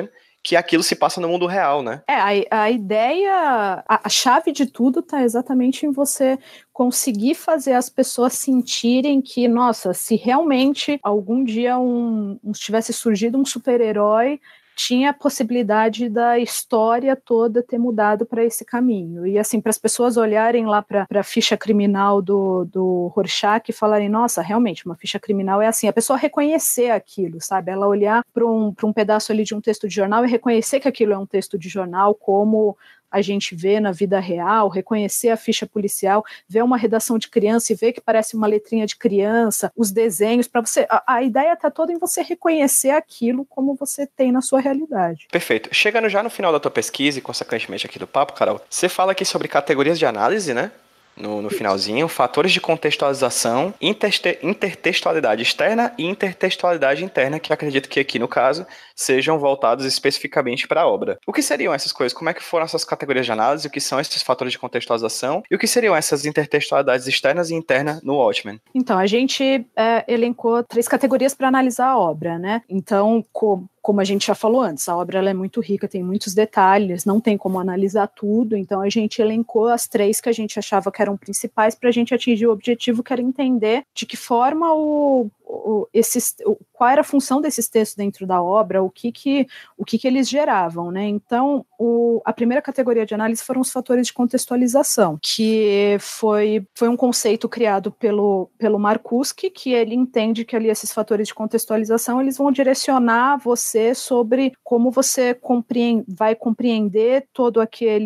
que aquilo se passa no mundo real, né? A ideia, a chave de tudo tá exatamente em você conseguir fazer as pessoas sentirem que, nossa, se realmente algum dia tivesse surgido um super-herói, tinha a possibilidade da história toda ter mudado para esse caminho. E assim, para as pessoas olharem lá para a ficha criminal do Rorschach e falarem, nossa, realmente, uma ficha criminal é assim, a pessoa reconhecer aquilo, sabe? Ela olhar para um pedaço ali de um texto de jornal e reconhecer que aquilo é um texto de jornal, como a gente vê na vida real, reconhecer a ficha policial, ver uma redação de criança e ver que parece uma letrinha de criança, os desenhos, para você. A ideia está toda em você reconhecer aquilo como você tem na sua realidade. Perfeito. Chegando já no final da tua pesquisa e, consequentemente, aqui do papo, Carol, você fala aqui sobre categorias de análise, né? No finalzinho, fatores de contextualização, intertextualidade externa e intertextualidade interna, que eu acredito que aqui, no caso, sejam voltados especificamente para a obra. O que seriam essas coisas? Como é que foram essas categorias de análise? O que são esses fatores de contextualização? E o que seriam essas intertextualidades externas e internas no Watchmen? Então, a gente elencou 3 categorias para analisar a obra, né? Então, como a gente já falou antes, a obra ela é muito rica, tem muitos detalhes, não tem como analisar tudo, então a gente elencou as 3 que a gente achava que eram principais para a gente atingir o objetivo, que era entender de que forma qual era a função desses textos dentro da obra, o que eles geravam, né? Então, a primeira categoria de análise foram os fatores de contextualização, que foi um conceito criado pelo Marcuski, que ele entende que ali esses fatores de contextualização eles vão direcionar você sobre como você vai compreender todo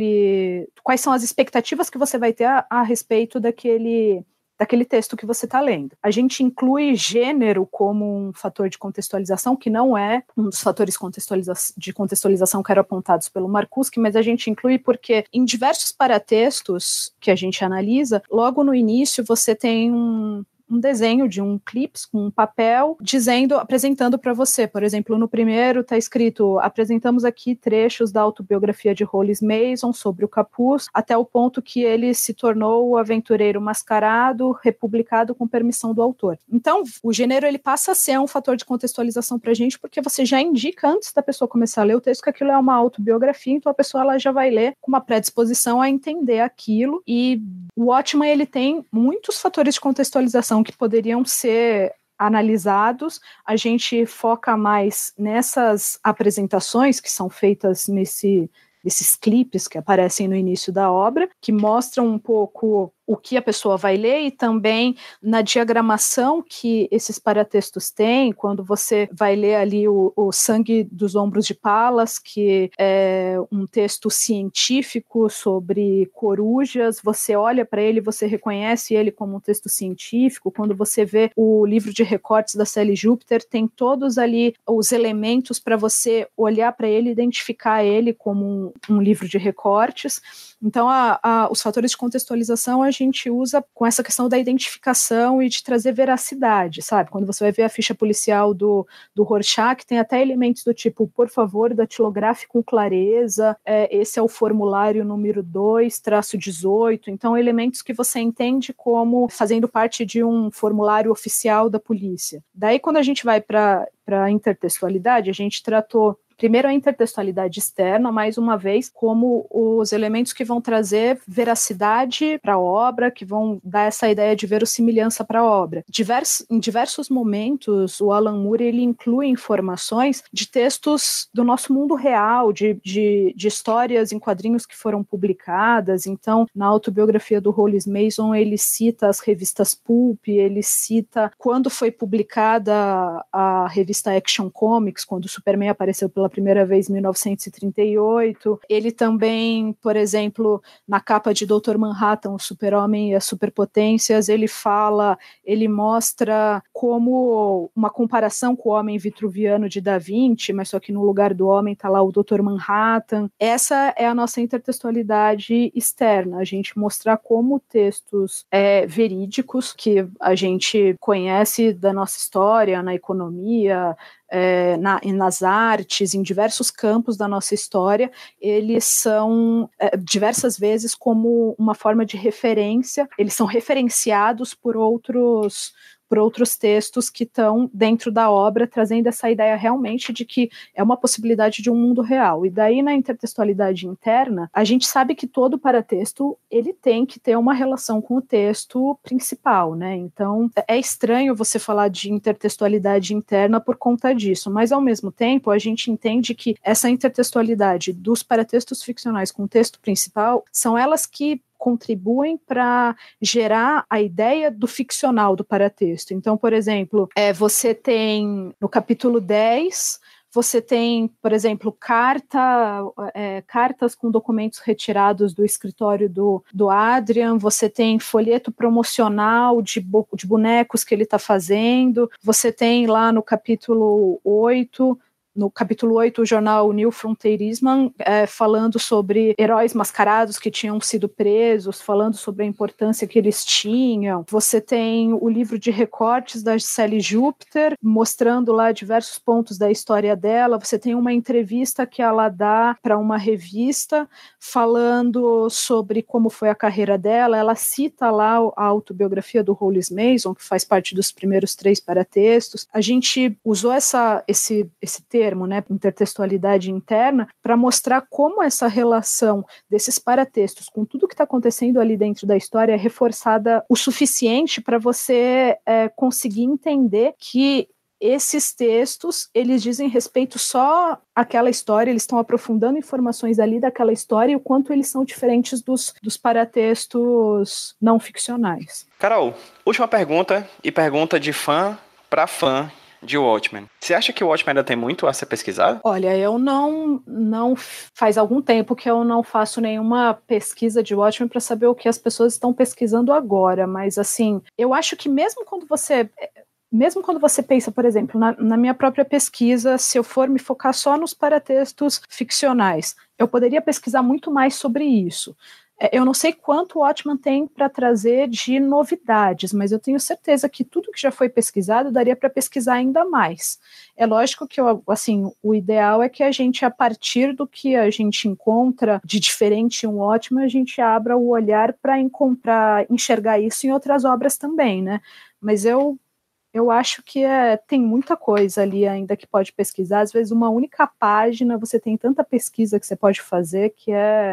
quais são as expectativas que você vai ter a respeito daquele texto que você está lendo. A gente inclui gênero como um fator de contextualização, que não é um dos fatores de contextualização que eram apontados pelo Marcuski, mas a gente inclui porque em diversos paratextos que a gente analisa, logo no início você tem um desenho de um clips com um papel apresentando para você. Por exemplo, no primeiro está escrito: apresentamos aqui trechos da autobiografia de Hollis Mason sobre o capuz, até o ponto que ele se tornou o aventureiro mascarado, republicado com permissão do autor. Então, o gênero ele passa a ser um fator de contextualização para a gente, porque você já indica antes da pessoa começar a ler o texto que aquilo é uma autobiografia, então a pessoa ela já vai ler com uma predisposição a entender aquilo. E o Watchmen ele tem muitos fatores de contextualização que poderiam ser analisados. A gente foca mais nessas apresentações que são feitas nesses clipes que aparecem no início da obra, que mostram um pouco o que a pessoa vai ler, e também na diagramação que esses paratextos têm, quando você vai ler ali o Sangue dos Ombros de Palas, que é um texto científico sobre corujas, você olha para ele, você reconhece ele como um texto científico. Quando você vê o livro de recortes da Sally Júpiter, tem todos ali os elementos para você olhar para ele e identificar ele como um livro de recortes. Então, os fatores de contextualização a gente usa com essa questão da identificação e de trazer veracidade, sabe? Quando você vai ver a ficha policial do Rorschach, tem até elementos do tipo: por favor, datilografe com clareza, esse é o formulário número 2/18. Então, elementos que você entende como fazendo parte de um formulário oficial da polícia. Daí, quando a gente vai para a intertextualidade, a gente tratou primeiro a intertextualidade externa, mais uma vez, como os elementos que vão trazer veracidade para a obra, que vão dar essa ideia de verossimilhança para a obra. Em diversos momentos, o Alan Moore ele inclui informações de textos do nosso mundo real, de histórias em quadrinhos que foram publicadas. Então, na autobiografia do Hollis Mason, ele cita as revistas Pulp, ele cita quando foi publicada a revista Action Comics, quando o Superman apareceu pela primeira vez em 1938. Ele também, por exemplo, na capa de Dr. Manhattan, o Super-Homem e as Superpotências, ele mostra como uma comparação com o Homem Vitruviano de Da Vinci, mas só que no lugar do homem está lá o Dr. Manhattan. Essa é a nossa intertextualidade externa, a gente mostrar como textos verídicos, que a gente conhece da nossa história, na economia, nas artes, em diversos campos da nossa história, eles são diversas vezes como uma forma de referência, eles são referenciados por outros por outros textos que estão dentro da obra, trazendo essa ideia realmente de que é uma possibilidade de um mundo real. E daí, na intertextualidade interna, a gente sabe que todo paratexto, ele tem que ter uma relação com o texto principal, né? Então, é estranho você falar de intertextualidade interna por conta disso, mas, ao mesmo tempo, a gente entende que essa intertextualidade dos paratextos ficcionais com o texto principal são elas que contribuem para gerar a ideia do ficcional do paratexto. Então, por exemplo, você tem no capítulo 10, você tem, por exemplo, cartas com documentos retirados do escritório do Adrian, você tem folheto promocional de bonecos que ele está fazendo, você tem lá no capítulo 8... No capítulo 8, o jornal New Frontiersman, falando sobre heróis mascarados que tinham sido presos, falando sobre a importância que eles tinham. Você tem o livro de recortes da Sally Júpiter, mostrando lá diversos pontos da história dela. Você tem uma entrevista que ela dá para uma revista, falando sobre como foi a carreira dela. Ela cita lá a autobiografia do Hollis Mason, que faz parte dos primeiros 3 paratextos. A gente usou esse termo, né, intertextualidade interna, para mostrar como essa relação desses paratextos com tudo que está acontecendo ali dentro da história é reforçada o suficiente para você conseguir entender que esses textos, eles dizem respeito só àquela história, eles estão aprofundando informações ali daquela história e o quanto eles são diferentes dos paratextos não ficcionais. Carol, última pergunta, e pergunta de fã para fã de Watchmen. Você acha que o Watchmen ainda tem muito a ser pesquisado? Olha, eu não faz algum tempo que eu não faço nenhuma pesquisa de Watchmen para saber o que as pessoas estão pesquisando agora, mas assim, eu acho que mesmo quando você pensa, por exemplo, na minha própria pesquisa, se eu for me focar só nos paratextos ficcionais, eu poderia pesquisar muito mais sobre isso. Eu não sei quanto o Watchmen tem para trazer de novidades, mas eu tenho certeza que tudo que já foi pesquisado daria para pesquisar ainda mais. É lógico que o ideal é que a gente, a partir do que a gente encontra de diferente em um Watchmen, a gente abra o olhar para enxergar isso em outras obras também, né? Mas eu acho que tem muita coisa ali ainda que pode pesquisar. Às vezes, uma única página, você tem tanta pesquisa que você pode fazer que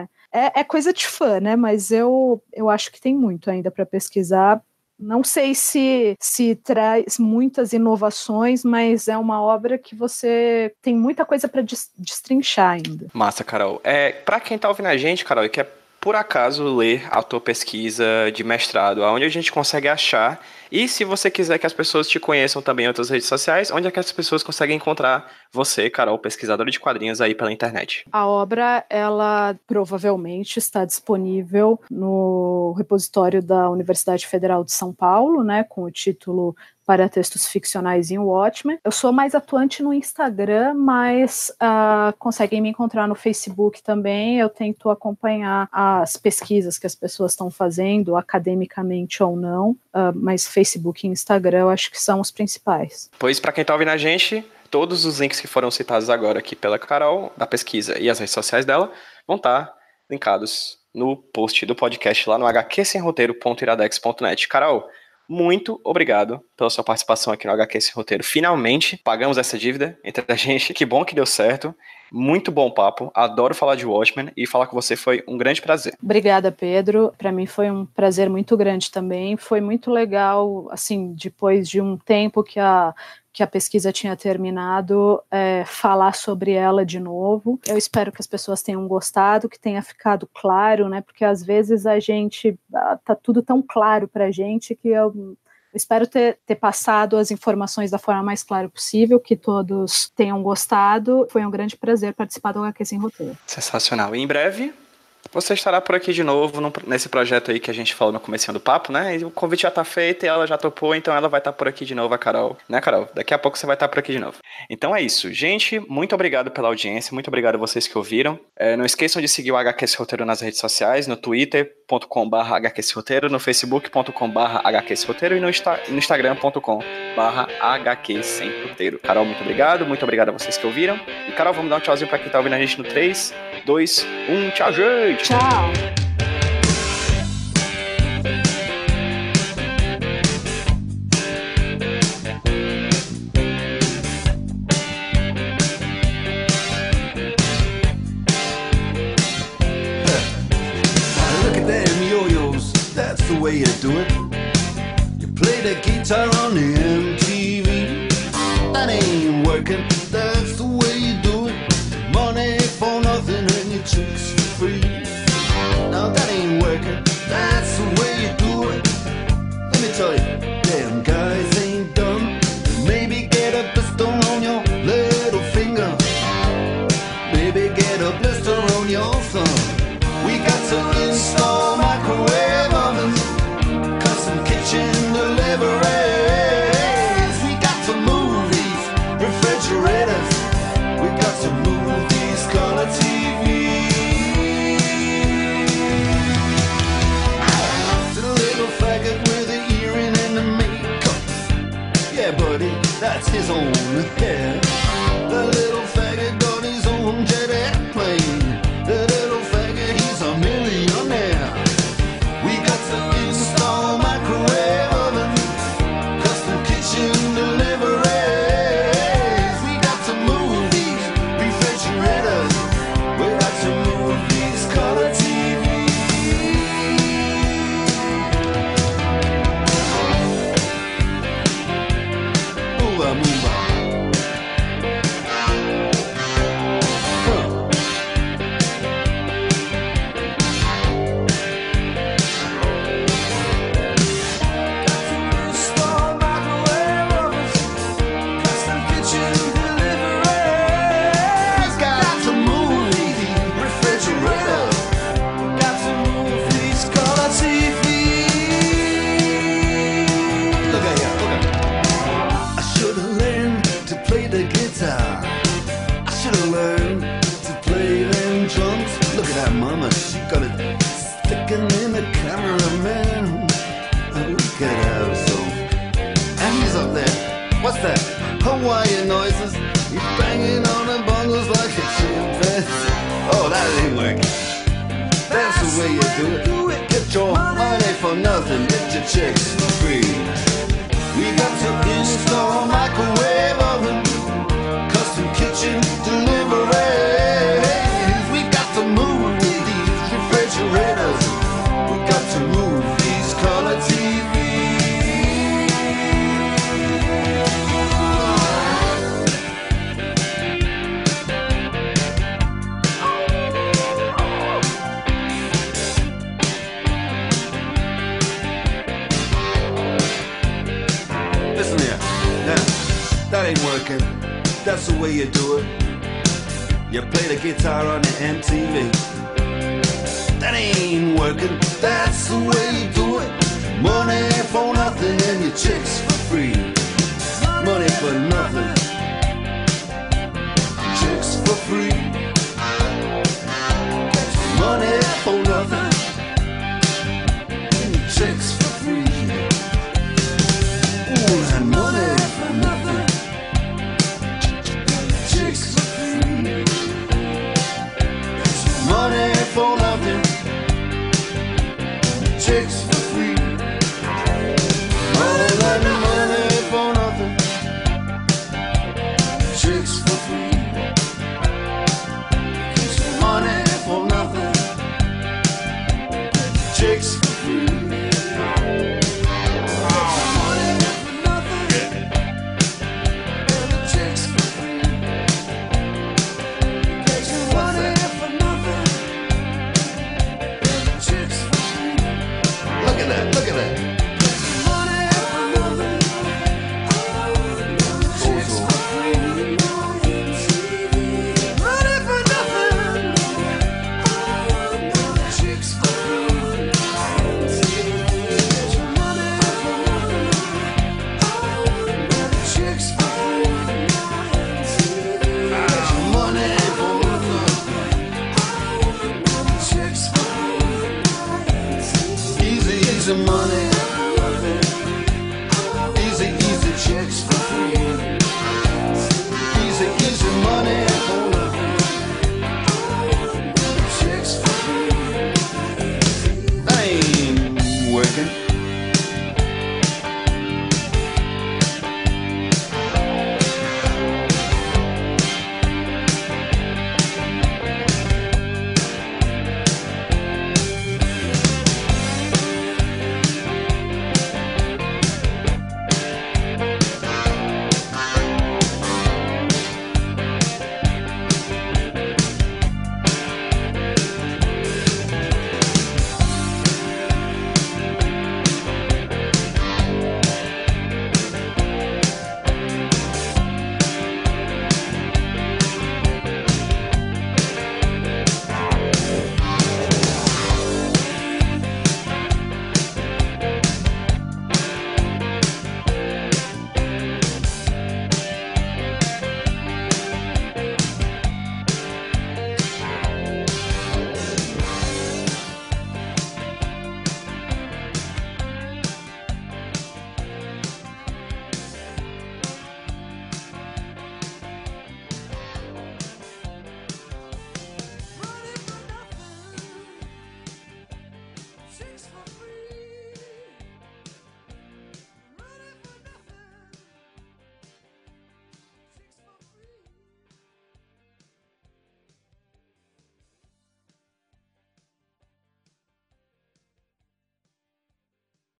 é coisa de fã, né? Mas eu acho que tem muito ainda para pesquisar. Não sei se traz muitas inovações, mas é uma obra que você tem muita coisa para destrinchar ainda. Massa, Carol. Para quem tá ouvindo a gente, Carol, e quer por acaso ler a tua pesquisa de mestrado, aonde a gente consegue achar? E se você quiser que as pessoas te conheçam também em outras redes sociais, onde é que as pessoas conseguem encontrar você, Carol, pesquisadora de quadrinhos aí pela internet? A obra, ela provavelmente está disponível no repositório da Universidade Federal de São Paulo, né, com o título Paratextos Ficcionais em Watchmen. Eu sou mais atuante no Instagram, mas conseguem me encontrar no Facebook também. Eu tento acompanhar as pesquisas que as pessoas estão fazendo, academicamente ou não, mas Facebook e Instagram eu acho que são os principais. Pois, para quem está ouvindo a gente, todos os links que foram citados agora aqui pela Carol, da pesquisa e as redes sociais dela, vão estar linkados no post do podcast lá no hqsemroteiro.iradex.net. Carol, muito obrigado pela sua participação aqui no HQ Sem Roteiro. Finalmente pagamos essa dívida entre a gente. Que bom que deu certo. Muito bom papo. Adoro falar de Watchmen e falar com você foi um grande prazer. Obrigada, Pedro. Para mim foi um prazer muito grande também. Foi muito legal, assim, depois de um tempo que a pesquisa tinha terminado, falar sobre ela de novo. Eu espero que as pessoas tenham gostado, que tenha ficado claro, né? Porque às vezes tá tudo tão claro pra gente que eu espero ter passado as informações da forma mais clara possível, que todos tenham gostado. Foi um grande prazer participar do HQ Sem Roteiro. Sensacional. E em breve você estará por aqui de novo nesse projeto aí que a gente falou no comecinho do papo, né? E o convite já tá feito e ela já topou, então ela vai estar por aqui de novo, a Carol. Né, Carol? Daqui a pouco você vai estar por aqui de novo. Então é isso. Gente, muito obrigado pela audiência, muito obrigado a vocês que ouviram. Não esqueçam de seguir o HQ Sem Roteiro nas redes sociais, no twitter.com/HQ Sem Roteiro, no facebook.com/HQ Sem Roteiro e no instagram.com/HQ Sem Roteiro. Carol, muito obrigado a vocês que ouviram. E Carol, vamos dar um tchauzinho pra quem tá ouvindo a gente no 3, 2, 1, tchau, gente! Tchau! guitar on the MTV. That ain't working, that's the way you do it. Money for nothing and your chicks for free. Now that ain't working, that's the way you do it. Let me tell you, damn guys ain't dumb. Maybe get a pistol on your little finger. Maybe get a blister on your thumb. We got to install microwave ovens, custom kitchen deliveries. We got to move these refrigerators. We got to move these color TVs. To the little faggot with the earring and the makeup. Yeah, buddy, that's his own hair. The little faggot got his own jet airplane. The little faggot, he's a millionaire. We got to install microwave oven, custom kitchen deliveries. We got to move these refrigerators. We got to move these color TVs. Move on, move on. What's that? Hawaiian noises. He's banging on the bongos like a chimpanzee. Oh, that ain't working. That's the way you do it. Get your money for nothing. Get your chicks for free. We got to install microwave oven, custom kitchen deliveries. We got to move these refrigerators. We got to move these color TVs. That ain't working, that's the way you do it. You play the guitar on the MTV. That ain't working, that's the way you do it. Money for nothing and your chicks